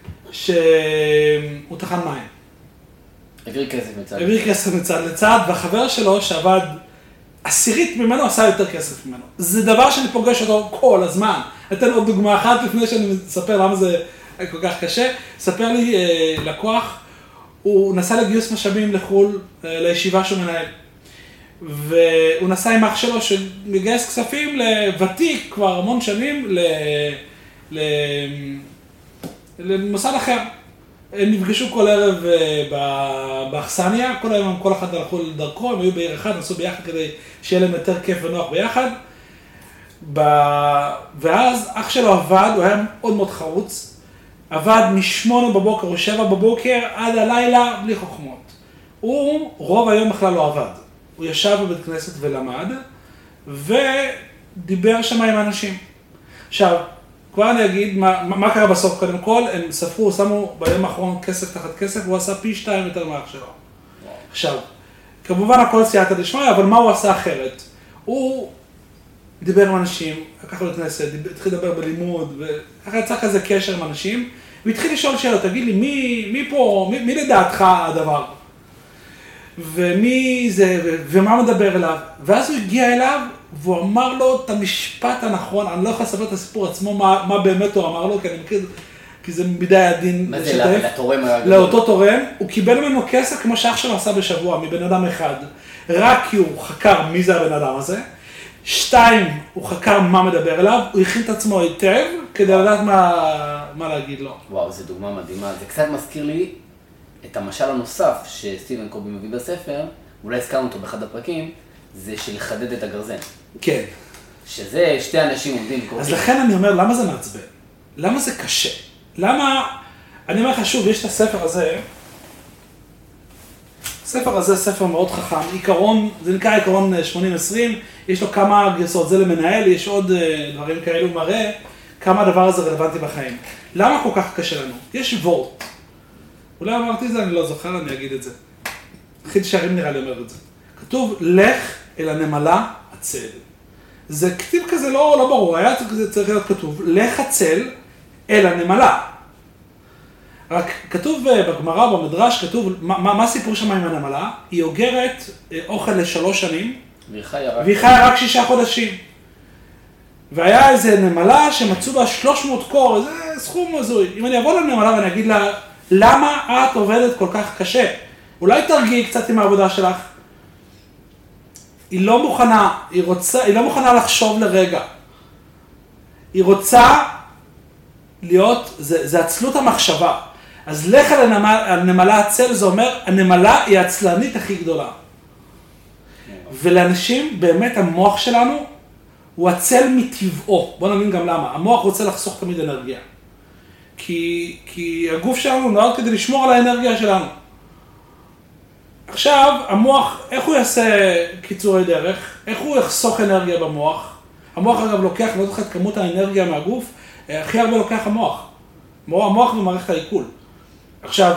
שהוא טחן מים. העביר כסף מצד. העביר כסף מצד לצד, והחבר שלו שעבד עשירית ממנו עשה יותר כסף ממנו. זה דבר שאני פוגש אותו כל הזמן. אתן עוד דוגמה אחת לפני שאני מספר למה זה כל כך קשה. ספר לי אה, לקוח, הוא נסע לגיוס משאבים לחול, אה, לישיבה שהוא מנהל. והוא נסע עם אח שלו שמגייס כספים לוותיק כבר המון שנים ל... ל... למוסד אחר. הם נפגשו כל ערב באכסניה, כל היום כל אחד הלכו לדרכו, הם היו בעיר אחד, נסעו ביחד כדי שיהיה להם יותר כיף ונוח ביחד. ואז אח שלו עבד, הוא היה מאוד מאוד חרוץ, עבד משמונה בבוקר או שבע בבוקר עד הלילה בלי חוכמות. הוא רוב היום בכלל לא עבד. הוא ישב בבית כנסת ולמד, ודיבר שם עם אנשים. עכשיו, כבר אני אגיד מה, מה קרה בסוף קודם כל, הם ספרו, שמו ביום האחרון כסף תחת כסף, והוא עשה פי שתיים יותר מאח שלו. עכשיו, כמובן הכל סייעתא דשמיא, אבל מה הוא עשה אחרת? הוא דיבר עם אנשים, לקח לו לכנסת, התחיל לדבר בלימוד, וככה יצא כזה קשר עם אנשים, והתחיל לשאול שאלות, תגיד לי, מי, מי פה, מי, מי לדעתך הדבר? ומי זה, ו- ומה מדבר אליו. ואז הוא הגיע אליו, והוא אמר לו את המשפט הנכון, אני לא יכול לספר את הסיפור עצמו, מה, מה באמת הוא אמר לו, כי אני מכיר, כי זה מדי הדין לשתף. מה זה, לתורם הגדול? לאותו תורם, הוא קיבל ממנו כסף כמו שאח שלו עשה בשבוע, מבן אדם אחד, רק כי הוא חקר מי זה הבן אדם הזה. שתיים, הוא חקר מה מדבר אליו, הוא הכין את עצמו היטב, כדי לדעת מה, מה להגיד לו. וואו, זו דוגמה מדהימה. זה קצת מזכיר לי את המשל הנוסף שסטיבן קובי מביא בספר, אולי הזכרנו אותו באחד הפרקים, זה של לחדד את הגרזן. כן. שזה שתי אנשים עומדים קוראים. אז לכן אני אומר, למה זה מעצבן? למה זה קשה? למה, אני אומר לך שוב, יש את הספר הזה, הספר הזה ספר מאוד חכם, עיקרון, זה נקרא עיקרון שמונים עשרים, יש לו כמה גרסאות, זה למנהל, יש עוד דברים כאלו, מראה כמה הדבר הזה רלוונטי בחיים. למה כל כך קשה לנו? יש וורט. אולי אמרתי את זה, אני לא זוכר, אני אגיד את זה. חיד שערים נראה לי אומר את זה. כתוב, לך אל הנמלה הצל. זה כתיב כזה לא, לא ברור, היה צריך להיות כתוב, לך הצל אל הנמלה. רק כתוב בגמרא, במדרש, כתוב, מה, מה הסיפור שם עם הנמלה? היא אוגרת אוכל לשלוש שנים, והיא חיה רק שישה חודשים. והיה איזה נמלה שמצאו בה שלוש מאות קור, זה סכום מזוי. אם אני אבוא לנמלה ואני אגיד לה, למה את עובדת כל כך קשה? אולי תרגיעי קצת עם העבודה שלך. היא לא מוכנה, היא רוצה, היא לא מוכנה לחשוב לרגע. היא רוצה להיות, זה, זה עצלות המחשבה. אז לך על הנמלה הצל, זה אומר, הנמלה היא העצלנית הכי גדולה. ולאנשים, באמת המוח שלנו, הוא עצל מטבעו. בוא נבין גם למה. המוח רוצה לחסוך תמיד אנרגיה. כי, כי הגוף שלנו נועד כדי לשמור על האנרגיה שלנו. עכשיו, המוח, איך הוא יעשה קיצורי דרך? איך הוא יחסוך אנרגיה במוח? המוח אגב לוקח, לא זוכר את כמות האנרגיה מהגוף, הכי הרבה לוקח המוח. המוח ומערכת העיכול. עכשיו,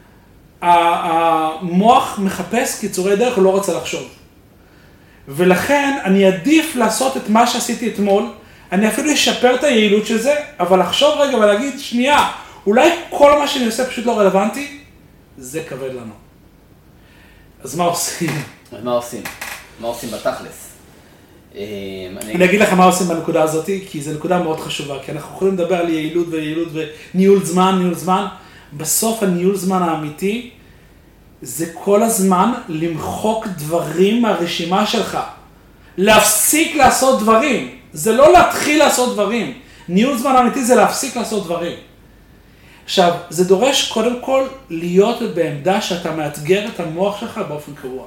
המוח מחפש קיצורי דרך, הוא לא רוצה לחשוב. ולכן אני עדיף לעשות את מה שעשיתי אתמול, אני אפילו אשפר את היעילות של זה, אבל לחשוב רגע ולהגיד, שנייה, אולי כל מה שאני עושה פשוט לא רלוונטי, זה כבד לנו. אז מה עושים? אז מה עושים? מה עושים בתכלס? אני אגיד לך מה עושים בנקודה הזאת, כי זו נקודה מאוד חשובה, כי אנחנו יכולים לדבר על יעילות ויעילות וניהול זמן, ניהול זמן. בסוף הניהול זמן האמיתי, זה כל הזמן למחוק דברים מהרשימה שלך. להפסיק לעשות דברים. זה לא להתחיל לעשות דברים. ניהול זמן האמיתי זה להפסיק לעשות דברים. עכשיו, זה דורש קודם כל להיות בעמדה שאתה מאתגר את המוח שלך באופן קבוע.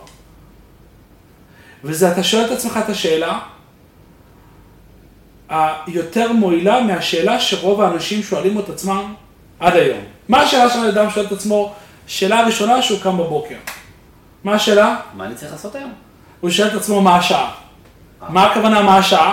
וזה אתה שואל את עצמך את השאלה, היותר מועילה מהשאלה שרוב האנשים שואלים את עצמם עד היום. מה השאלה של האדם שואל את עצמו? שאלה הראשונה שהוא קם בבוקר. מה השאלה? מה אני צריך לעשות היום? הוא שואל את עצמו מה השעה. מה הכוונה מה השעה?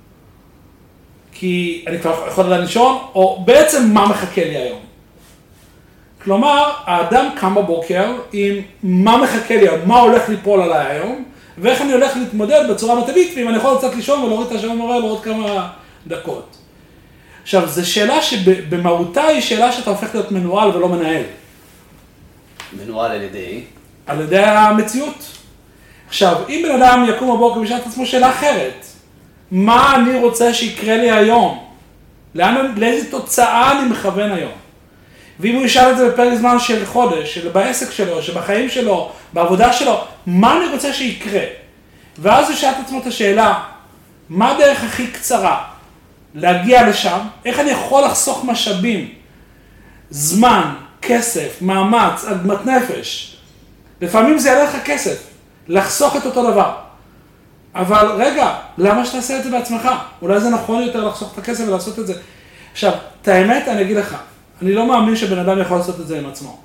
כי אני כבר יכול לדעת לישון, או בעצם מה מחכה לי היום. כלומר, האדם קם בבוקר עם מה מחכה לי היום, מה הולך ליפול עליי היום, ואיך אני הולך להתמודד בצורה מטבעית, ואם אני יכול לצאת לישון ולהוריד את השעון מורה לעוד כמה דקות. עכשיו, זו שאלה שבמהותה היא שאלה שאתה הופך להיות מנוהל ולא מנהל. מנוהל על ידי? על ידי המציאות. עכשיו, אם בן אדם יקום בבוקר וישאל את עצמו שאלה אחרת, מה אני רוצה שיקרה לי היום? לאן, לאיזו תוצאה אני מכוון היום? ואם הוא ישאל את זה בפרק זמן של חודש, של בעסק שלו, שבחיים שלו, בעבודה שלו, מה אני רוצה שיקרה? ואז הוא שאל את עצמו את השאלה, מה הדרך הכי קצרה להגיע לשם? איך אני יכול לחסוך משאבים, זמן, כסף, מאמץ, עגמת נפש? לפעמים זה יעלה לך כסף, לחסוך את אותו דבר. אבל רגע, למה שתעשה את זה בעצמך? אולי זה נכון יותר לחסוך את הכסף ולעשות את זה. עכשיו, את האמת אני אגיד לך, אני לא מאמין שבן אדם יכול לעשות את זה עם עצמו.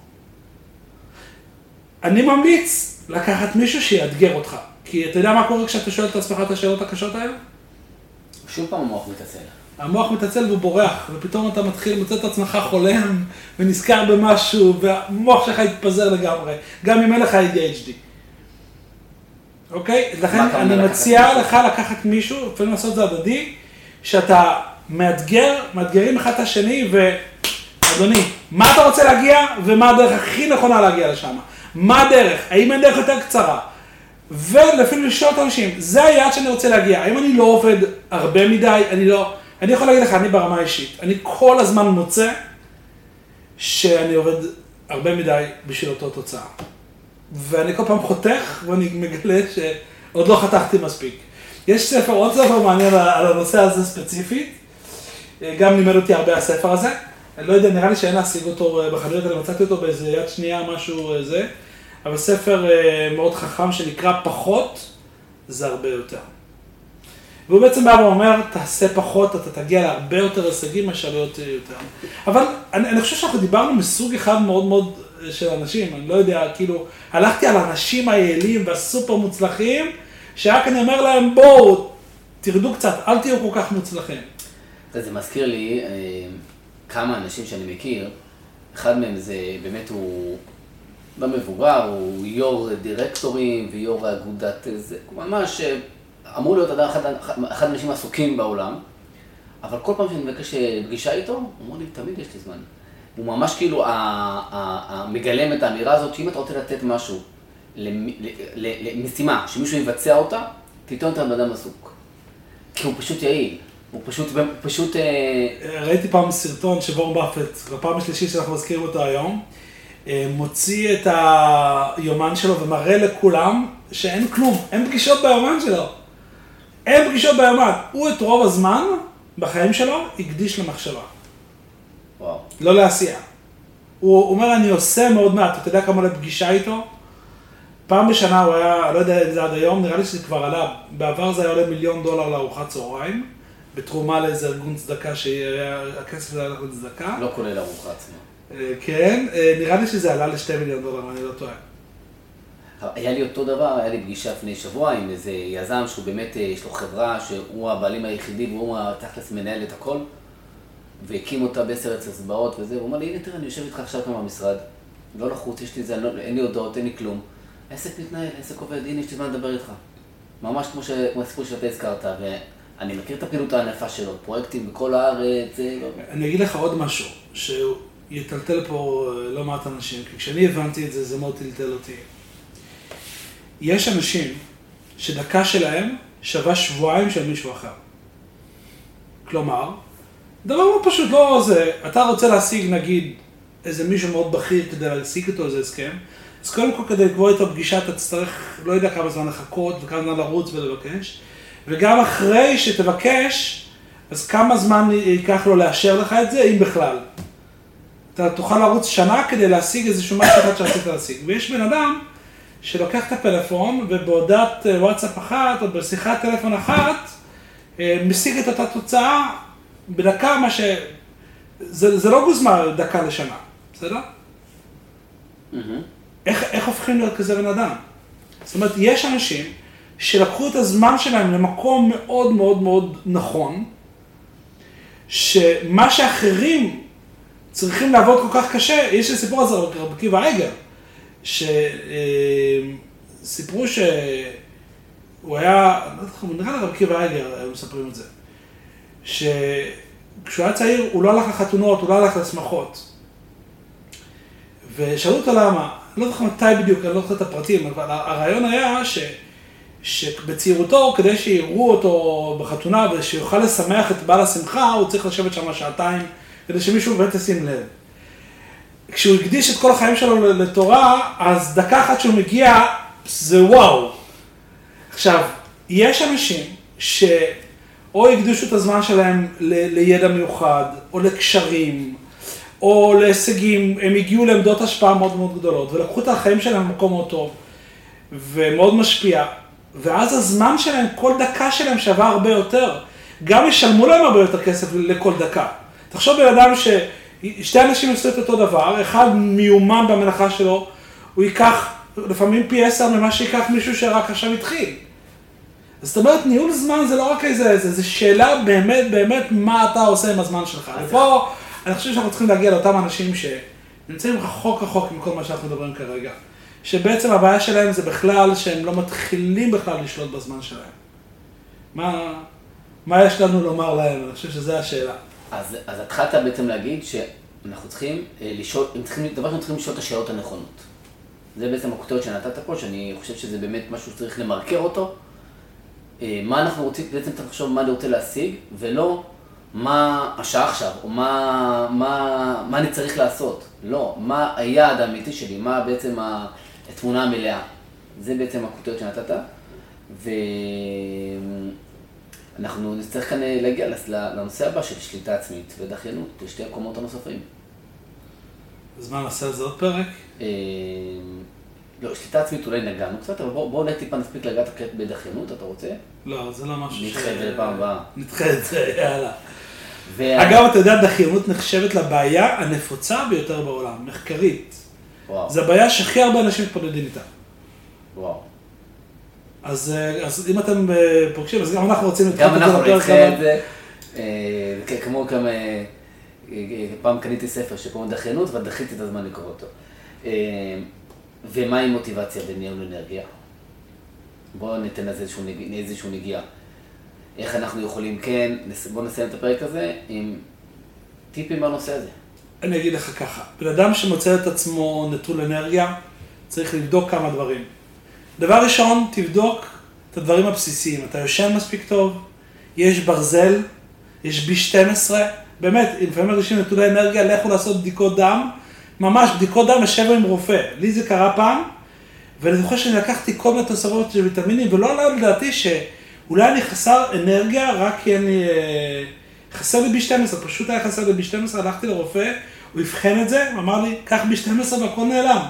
אני ממליץ לקחת מישהו שיאתגר אותך. כי אתה יודע מה קורה כשאתה שואל את עצמך את השאלות הקשות האלה? שוב פעם המוח מתעצל. המוח מתעצל והוא בורח, ופתאום אתה מתחיל למצוא את עצמך חולם, ונזכר במשהו, והמוח שלך יתפזר לגמרי, גם אם אין לך איי די אייץ' די. אוקיי? לכן אני מציע לך לקחת מישהו, לפעמים לעשות זה הדדי, שאתה מאתגר, מאתגרים אחד את השני, ואדוני, מה אתה רוצה להגיע, ומה הדרך הכי נכונה להגיע לשם? מה הדרך? האם אין דרך יותר קצרה? ולפעמים לשאול את האנשים, זה היעד שאני רוצה להגיע. האם אני לא עובד הרבה מדי? אני לא... אני יכול להגיד לך, אני ברמה אישית. אני כל הזמן מוצא שאני עובד הרבה מדי בשביל אותו תוצאה. ואני כל פעם חותך, ואני מגלה שעוד לא חתכתי מספיק. יש ספר, עוד ספר מעניין על הנושא הזה ספציפית. גם לימד אותי הרבה הספר הזה. אני לא יודע, נראה לי שאין להשיג אותו בחנויות, אני מצאתי אותו באיזה יד שנייה, משהו זה. אבל ספר מאוד חכם שנקרא פחות, זה הרבה יותר. והוא בעצם בא ואומר, תעשה פחות, אתה תגיע להרבה יותר הישגים מאשר להיות יותר. אבל אני, אני חושב שאנחנו דיברנו מסוג אחד מאוד מאוד של אנשים, אני לא יודע, כאילו, הלכתי על אנשים היעילים והסופר מוצלחים, שרק אני אומר להם, בואו, תרדו קצת, אל תהיו כל כך מוצלחים. זה מזכיר לי כמה אנשים שאני מכיר, אחד מהם זה באמת הוא במבוגר, הוא יו"ר דירקטורים ויו"ר אגודת, זה ממש אמור להיות אחד, אחד האנשים העסוקים בעולם, אבל כל פעם שאני מבקש פגישה איתו, הוא אומר לי, תמיד יש לי זמן. הוא ממש כאילו מגלם את האמירה הזאת, שאם אתה רוצה לתת משהו למשימה, שמישהו יבצע אותה, תיתן אותה באדם עסוק. כי הוא פשוט יעיל. הוא פשוט, פשוט... ראיתי פעם סרטון שוורן באפט, בפעם השלישית שאנחנו מזכירים אותו היום, מוציא את היומן שלו ומראה לכולם שאין כלום, אין פגישות ביומן שלו. אין פגישות ביומן. הוא את רוב הזמן בחיים שלו הקדיש למחשבה. וואו. לא לעשייה. הוא אומר, אני עושה מאוד מעט, אתה יודע כמה עולה פגישה איתו? פעם בשנה הוא היה, לא יודע אם זה עד היום, נראה לי שזה כבר עלה, בעבר זה היה עולה מיליון דולר לארוחת צהריים, בתרומה לאיזה ארגון צדקה שהכסף הזה הלך לצדקה. לא כולל ארוחה עצמה. כן, נראה לי שזה עלה לשתי מיליון דולר, אני לא טועה. היה לי אותו דבר, היה לי פגישה לפני שבוע עם איזה יזם שהוא באמת, יש לו חברה שהוא הבעלים היחידי והוא תכלס מנהל את הכל, והקים אותה בעשר אצבעות וזה, והוא אומר לי, הנה תראה, אני יושב איתך עכשיו כאן במשרד, לא לחוץ, יש לי זה, אין לי הודעות, אין לי כלום. העסק מתנהל, העסק עובד, הנה יש לי זמן לדבר איתך. ממש כמו הסיפור שאתה הזכרת, ואני מכיר את הפעילות הענפה שלו, פרויקטים בכל הארץ. אני אגיד לך עוד משהו, שיטלטל פה לא מעט אנשים, כי כשאני הבנתי את זה, זה מאוד טלטל אותי. יש אנשים שדקה שלהם שווה שבועיים של מישהו אחר. כלומר, דבר מאוד פשוט, לא זה, אתה רוצה להשיג נגיד איזה מישהו מאוד בכיר כדי להשיג איתו איזה הסכם, אז קודם כל כדי לקבוע איתו פגישה אתה תצטרך לא יודע כמה זמן לחכות וכמה זמן לרוץ ולבקש, וגם אחרי שתבקש, אז כמה זמן ייקח לו לאשר לך את זה, אם בכלל. אתה תוכל לרוץ שנה כדי להשיג איזשהו משהו אחד שרצית להשיג. ויש בן אדם שלוקח את הפלאפון ובהודעת וואטסאפ אחת או בשיחת טלפון אחת, משיג את אותה תוצאה בדקה מה ש... זה, זה לא גוזמה דקה לשנה, בסדר? Mm-hmm. איך, איך הופכים להיות כזה בן אדם? זאת אומרת, יש אנשים שלקחו את הזמן שלהם למקום מאוד מאוד מאוד נכון, שמה שאחרים צריכים לעבוד כל כך קשה, יש לי סיפור הזה רבי עקיבא אייגר, שסיפרו שהוא היה, לא יודע, נראה לי רבי עקיבא אייגר, הם מספרים את זה, שכשהוא היה צעיר הוא לא הלך לחתונות, הוא לא הלך לשמחות. ושאלו אותו למה, אני לא זוכר מתי בדיוק, אני לא זוכר את הפרטים, אבל הרעיון היה ש, שבצעירותו, כדי שיראו אותו בחתונה ושיוכל לשמח את בעל השמחה, הוא צריך לשבת שם שעתיים, כדי שמישהו באמת ישים לב. כשהוא הקדיש את כל החיים שלו לתורה, אז דקה אחת שהוא מגיע, זה וואו. עכשיו, יש אנשים שאו הקדישו את הזמן שלהם ל- לידע מיוחד, או לקשרים, או להישגים, הם הגיעו לעמדות השפעה מאוד מאוד גדולות, ולקחו את החיים שלהם במקום מאוד טוב, ומאוד משפיע, ואז הזמן שלהם, כל דקה שלהם שווה הרבה יותר, גם ישלמו להם הרבה יותר כסף לכל דקה. תחשוב בן אדם ששתי אנשים עשו את אותו דבר, אחד מיומן במלאכה שלו, הוא ייקח לפעמים פי עשר ממה שיקח מישהו שרק עכשיו התחיל. אז זאת אומרת, ניהול זמן זה לא רק איזה, זה, זה שאלה באמת, באמת מה אתה עושה עם הזמן שלך. ופה אני חושב שאנחנו צריכים להגיע לאותם אנשים שנמצאים רחוק רחוק מכל מה שאנחנו מדברים כרגע. שבעצם הבעיה שלהם זה בכלל שהם לא מתחילים בכלל לשלוט בזמן שלהם. מה, מה יש לנו לומר להם? אני חושב שזו השאלה. אז, אז התחלת בעצם להגיד שאנחנו צריכים לשאול, צריכים, דבר שאנחנו צריכים לשאול את השאלות הנכונות. זה בעצם הכותרת שנתת פה, שאני חושב שזה באמת משהו שצריך למרקר אותו. מה אנחנו רוצים, בעצם צריך לחשוב מה אני רוצה להשיג, ולא מה השעה עכשיו, או מה, מה, מה אני צריך לעשות. לא, מה היעד האמיתי שלי, מה בעצם התמונה המלאה. זה בעצם הכותרת שנתת, ואנחנו נצטרך כאן להגיע לנושא הבא של שליטה עצמית ודחיינות, לשתי הקומות הנוספים. אז מה, נעשה על זה עוד פרק? לא, שליטה עצמית אולי נגענו קצת, אבל בואו אולי טיפה נספיק לגעת בדחיינות, אתה רוצה? לא, זה לא משהו ש... נדחה את זה לפעם הבאה. נדחה את זה, יאללה. אגב, אתה יודע, דחיינות נחשבת לבעיה הנפוצה ביותר בעולם, מחקרית. וואו. זו הבעיה שהכי הרבה אנשים מתמודדים איתה. וואו. אז, אז אם אתם פוגשים, אז גם אנחנו רוצים גם אנחנו נדחה את זה, כמו כמה, פעם קניתי ספר שקוראים דחיינות, ודחיתי את הזמן לקרוא אותו. ומהי מוטיבציה בניהול אנרגיה? בואו ניתן לזה איזשהו, איזשהו נגיעה. איך אנחנו יכולים, כן, בואו נסיים את הפרק הזה עם טיפים בנושא הזה. אני אגיד לך ככה, בן אדם שמוצא את עצמו נטול אנרגיה, צריך לבדוק כמה דברים. דבר ראשון, תבדוק את הדברים הבסיסיים. אתה יושן מספיק טוב, יש ברזל, יש בי שתים עשרה, באמת, אם לפעמים מרגישים נטולי אנרגיה, לכו לעשות בדיקות דם, ממש בדיקות דם לשבת עם רופא. לי זה קרה פעם, ואני זוכר שאני לקחתי כל מיני תוספות של ויטמינים, ולא עלה לדעתי שאולי אני חסר אנרגיה, רק כי אני חסר לי בי שתים עשרה, פשוט היה חסר לי בי שתים עשרה, הלכתי לרופא, הוא הבחן את זה, אמר לי, קח בי שתים עשרה והכל נעלם.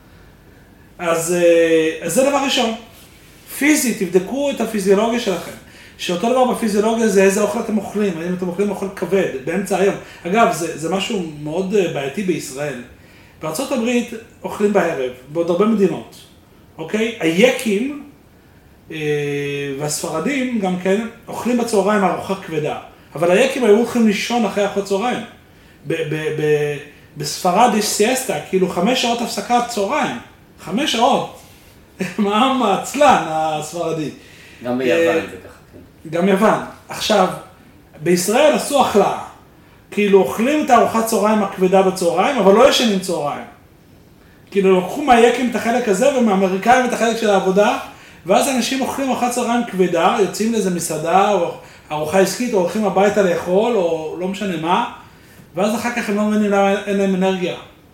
אז, אז זה דבר ראשון. פיזית, תבדקו את הפיזיולוגיה שלכם. שאותו דבר בפיזיולוגיה זה איזה אוכל אתם אוכלים, האם אתם אוכלים אוכל כבד, באמצע היום. אגב, זה, זה משהו מאוד בעייתי בישראל. בארצות הברית אוכלים בערב, בעוד הרבה מדינות, אוקיי? היקים אה, והספרדים גם כן אוכלים בצהריים ארוחה כבדה. אבל היקים היו הולכים לישון אחרי ארוחת צהריים. ב- ב- ב- בספרד יש סיאסטה, כאילו חמש שעות הפסקת צהריים. חמש שעות. מה מעצלן הספרדי. גם ביוון זה ככה, כן. גם יוון. עכשיו, בישראל עשו החלאה. כאילו אוכלים את הארוחת צהריים הכבדה בצהריים, אבל לא ישנים צהריים. כאילו לקחו מהיקים את החלק הזה ומהאמריקאים את החלק של העבודה, ואז אנשים אוכלים ארוחת צהריים כבדה, יוצאים לאיזה מסעדה או ארוחה עסקית, או הולכים הביתה לאכול, או לא משנה מה, ואז אחר כך הם לא מבינים למה אין להם אנרגיה.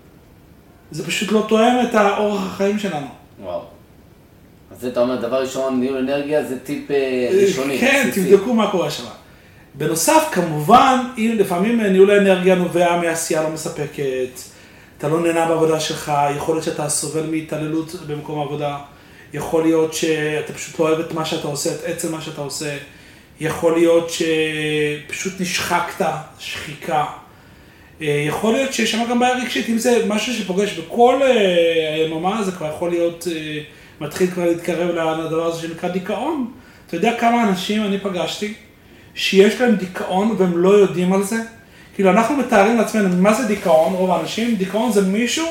זה פשוט לא תואם את האורח החיים שלנו. וואו. אז זה אתה אומר, דבר ראשון, ניהול אנרגיה זה טיפ ראשוני. כן, תבדקו מה קורה שם. בנוסף, כמובן, אם לפעמים ניהול האנרגיה נובע מעשייה לא מספקת, אתה לא נהנה בעבודה שלך, יכול להיות שאתה סובל מהתעללות במקום העבודה, יכול להיות שאתה פשוט לא אוהב את מה שאתה עושה, את עצם מה שאתה עושה, יכול להיות שפשוט נשחקת, שחיקה, יכול להיות שיש שם גם בעיה רגשית, אם זה משהו שפוגש בכל היממה, זה כבר יכול להיות, מתחיל כבר להתקרב לדבר הזה שנקרא דיכאון. אתה יודע כמה אנשים אני פגשתי, שיש להם דיכאון והם לא יודעים על זה? כאילו אנחנו מתארים לעצמנו, מה זה דיכאון? רוב האנשים, דיכאון זה מישהו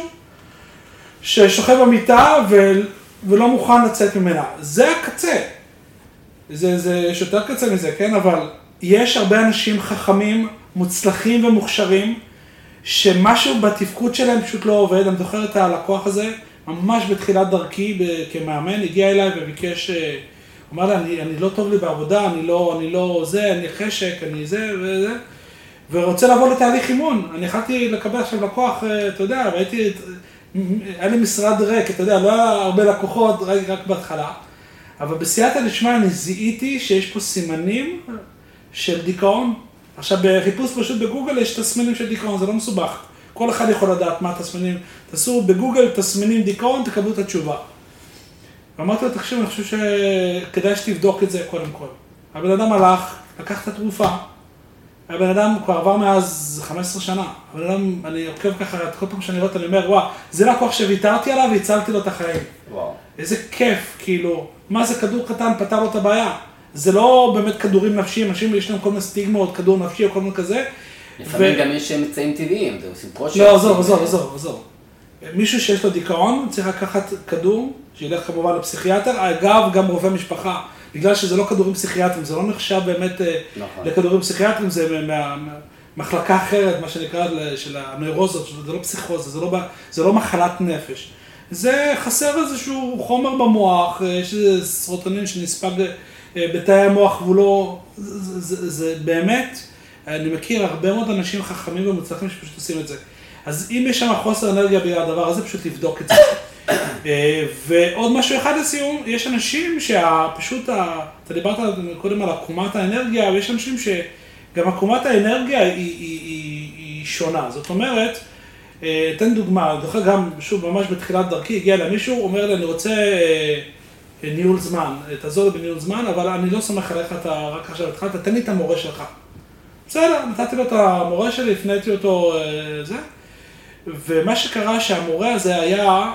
ששוכב במיטה ו... ולא מוכן לצאת ממנה. זה הקצה. זה, זה, יש יותר קצה מזה, כן? אבל יש הרבה אנשים חכמים, מוצלחים ומוכשרים, שמשהו בתפקוד שלהם פשוט לא עובד. אני זוכר את הלקוח הזה, ממש בתחילת דרכי כמאמן, הגיע אליי וביקש, הוא אמר לי, אני, אני לא טוב לי בעבודה, אני לא, אני לא זה, אני חשק, אני זה וזה, ורוצה לבוא לתהליך אימון. אני יכלתי לקבל עכשיו לקוח, אתה יודע, והייתי, היה לי משרד ריק, אתה יודע, לא היה הרבה לקוחות, רק, רק בהתחלה, אבל בסייעתא דשמיא אני זיהיתי שיש פה סימנים של דיכאון. עכשיו בחיפוש פשוט בגוגל יש תסמינים של דיכאון, זה לא מסובך. כל אחד יכול לדעת מה התסמינים. תעשו בגוגל תסמינים דיכאון, תקבלו את התשובה. ואמרתי לו, תקשיב, אני חושב שכדאי שתבדוק את זה קודם כל. הבן אדם הלך, לקח את התרופה. הבן אדם כבר עבר מאז חמש עשרה שנה. הבן אדם, אני עוקב ככה, כל פעם שאני רואה אותו, אני אומר, וואו, זה לקוח שוויתרתי עליו והצלתי לו את החיים. וואו. איזה כיף, כאילו, מה זה כדור קטן, פתר לו את הבעיה. זה לא באמת כדורים נפשיים, אנשים יש להם כל מיני סטיגמות, כדור נפשי או כל מיני כזה. לפעמים גם יש מצעים טבעיים, זה עושים פרושה. לא, עזוב, עזוב, עזוב, עזוב. מישהו שיש לו דיכאון, צריך לקחת כדור, שילך כמובן לפסיכיאטר, אגב, גם רופא משפחה, בגלל שזה לא כדורים פסיכיאטרים, זה לא נחשב באמת לכדורים פסיכיאטרים, זה מחלקה אחרת, מה שנקרא, של הנוירוזות, זה לא פסיכוזה, זה לא מחלת נפש. זה חסר איזשהו חומר במוח, יש איזה סרוטונין שנספג בתאי המוח, והוא לא, זה, זה, זה באמת, אני מכיר הרבה מאוד אנשים חכמים ומוצלחים שפשוט עושים את זה. אז אם יש שם חוסר אנרגיה בגלל הדבר הזה, פשוט לבדוק את זה. ועוד משהו אחד לסיום, יש אנשים שפשוט, אתה דיברת קודם על עקומת האנרגיה, ויש אנשים שגם עקומת האנרגיה היא, היא, היא, היא שונה. זאת אומרת, אתן דוגמה, דווקא גם, שוב, ממש בתחילת דרכי, הגיע למישהו, אומר לי, אני רוצה ניהול זמן, תעזור לי בניהול זמן, אבל אני לא סומך עליך, אתה רק עכשיו התחלת, תן לי את המורה שלך. בסדר, נתתי לו את המורה שלי, הפניתי אותו, זה. ומה שקרה שהמורה הזה היה,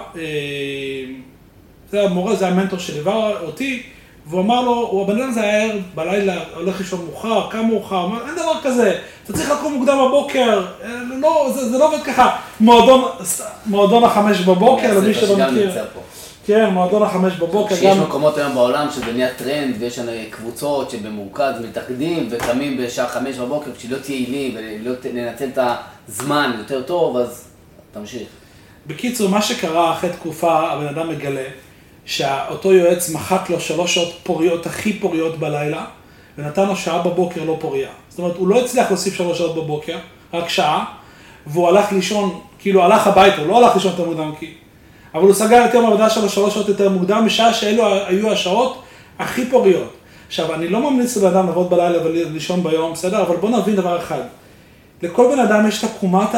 זה המורה, זה המנטור שליווה אותי, והוא אמר לו, הוא הבן אדם הזה היה ער בלילה, הולך לישון מאוחר, קם מאוחר, הוא אמר, אין דבר כזה, אתה צריך לקום מוקדם בבוקר, לא, זה, זה לא עובד ככה, מועדון, מועדון החמש בבוקר, למי שלא מכיר. כן, מועדון החמש בבוקר. שיש מקומות היום בעולם שזה נהיה טרנד, ויש קבוצות שבמורכז מתאחדים וקמים בשעה חמש בבוקר, בשביל להיות יעילים ולנצל את הזמן יותר טוב, אז תמשיך. בקיצור, מה שקרה אחרי תקופה, הבן אדם מגלה שאותו יועץ מחק לו שלוש שעות פוריות, הכי פוריות בלילה, ונתן לו שעה בבוקר לא פוריה. זאת אומרת, הוא לא הצליח להוסיף שלוש שעות בבוקר, רק שעה, והוא הלך לישון, כאילו הלך הביתה, הוא לא הלך לישון יותר מוקדם, כי... אבל הוא סגר את יום העבודה שלו שלוש שעות יותר מוקדם, בשעה שאלו היו השעות הכי פוריות. עכשיו, אני לא ממליץ לבן אדם לעבוד בלילה ולישון ביום, בסדר? אבל בוא נבין דבר אחד. לכל בן אדם יש את עקומת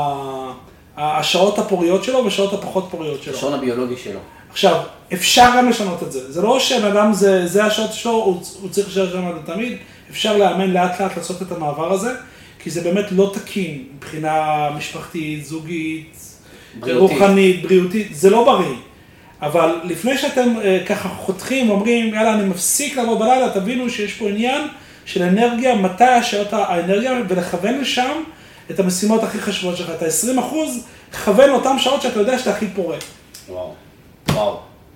השעות הפוריות שלו ושעות הפחות פוריות שלו. השעון הביולוגי שלו. עכשיו, אפשר גם לשנות את זה. זה לא שבן אדם זה, זה השעות שלו, הוא, הוא צריך לשאר שם עד תמיד. אפשר לאמן לאט לאט לעשות את המעבר הזה, כי זה באמת לא תקין מבחינה משפחתית, זוגית, בריאותית. רוחנית, בריאותית, זה לא בריא. אבל לפני שאתם אה, ככה חותכים ואומרים, יאללה, אני מפסיק לעבוד בלילה, תבינו שיש פה עניין של אנרגיה, מתי השעות האנרגיה, ולכוון לשם את המשימות הכי חשובות שלך. את ה-עשרים אחוז, לכוון אותם שעות שאתה יודע שאתה הכי פורה. וואו, וואו.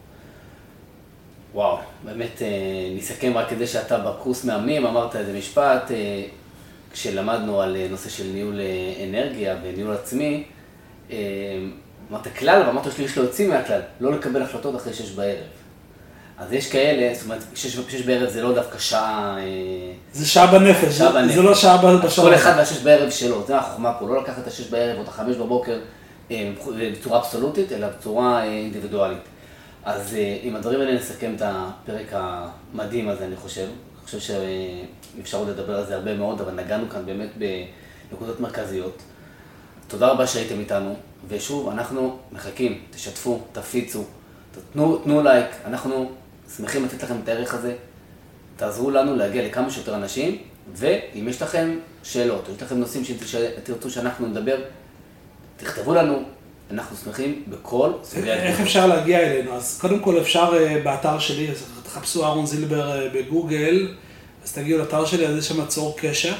וואו, באמת אה, נסכם רק כדי שאתה בקורס מאמנים, אמרת איזה משפט, אה, כשלמדנו על נושא של ניהול אנרגיה וניהול עצמי, אה, אמרת כלל, ואמרת שיש להוציא מהכלל, לא לקבל החלטות אחרי שש בערב. אז יש כאלה, זאת אומרת, שש, שש בערב זה לא דווקא שעה... זה שעה בנפש, שעה בנפש. זה לא שעה בשעה. כל אחד והשש בערב שלו, זה החוכמה פה, לא לקחת את השש בערב או את החמש בבוקר בצורה אבסולוטית, אלא בצורה אינדיבידואלית. אז עם הדברים האלה נסכם את הפרק המדהים הזה, אני חושב. אני חושב שאפשר עוד לדבר על זה הרבה מאוד, אבל נגענו כאן באמת בנקודות מרכזיות. תודה רבה שהייתם איתנו, ושוב, אנחנו מחכים, תשתפו, תפיצו, תנו, תנו לייק, אנחנו שמחים לתת לכם את הערך הזה, תעזרו לנו להגיע לכמה שיותר אנשים, ואם יש לכם שאלות, או יש לכם נושאים שתרצו שאנחנו נדבר, תכתבו לנו, אנחנו שמחים בכל סוגי הדברים. איך אפשר להגיע אלינו? אז קודם כל אפשר באתר שלי, תחפשו אהרון זילבר בגוגל, אז תגיעו לאתר שלי, אז יש שם צור קשר.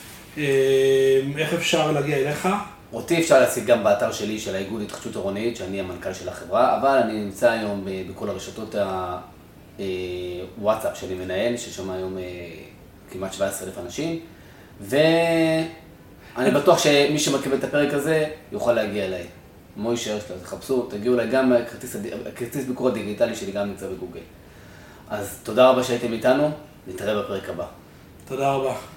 איך אפשר להגיע אליך? אותי אפשר להשיג גם באתר שלי של האיגוד התחדשות עירונית, שאני המנכ"ל של החברה, אבל אני נמצא היום בכל הרשתות הוואטסאפ שאני מנהל, ששם היום כמעט שבעה עשר אלף אנשים, ואני בטוח שמי שמקבל את הפרק הזה יוכל להגיע אליי. מוישר, תחפשו, תגיעו אליי גם הכרטיס ביקור הדיגיטלי שלי גם נמצא בגוגל. אז תודה רבה שהייתם איתנו, נתראה בפרק הבא. תודה רבה.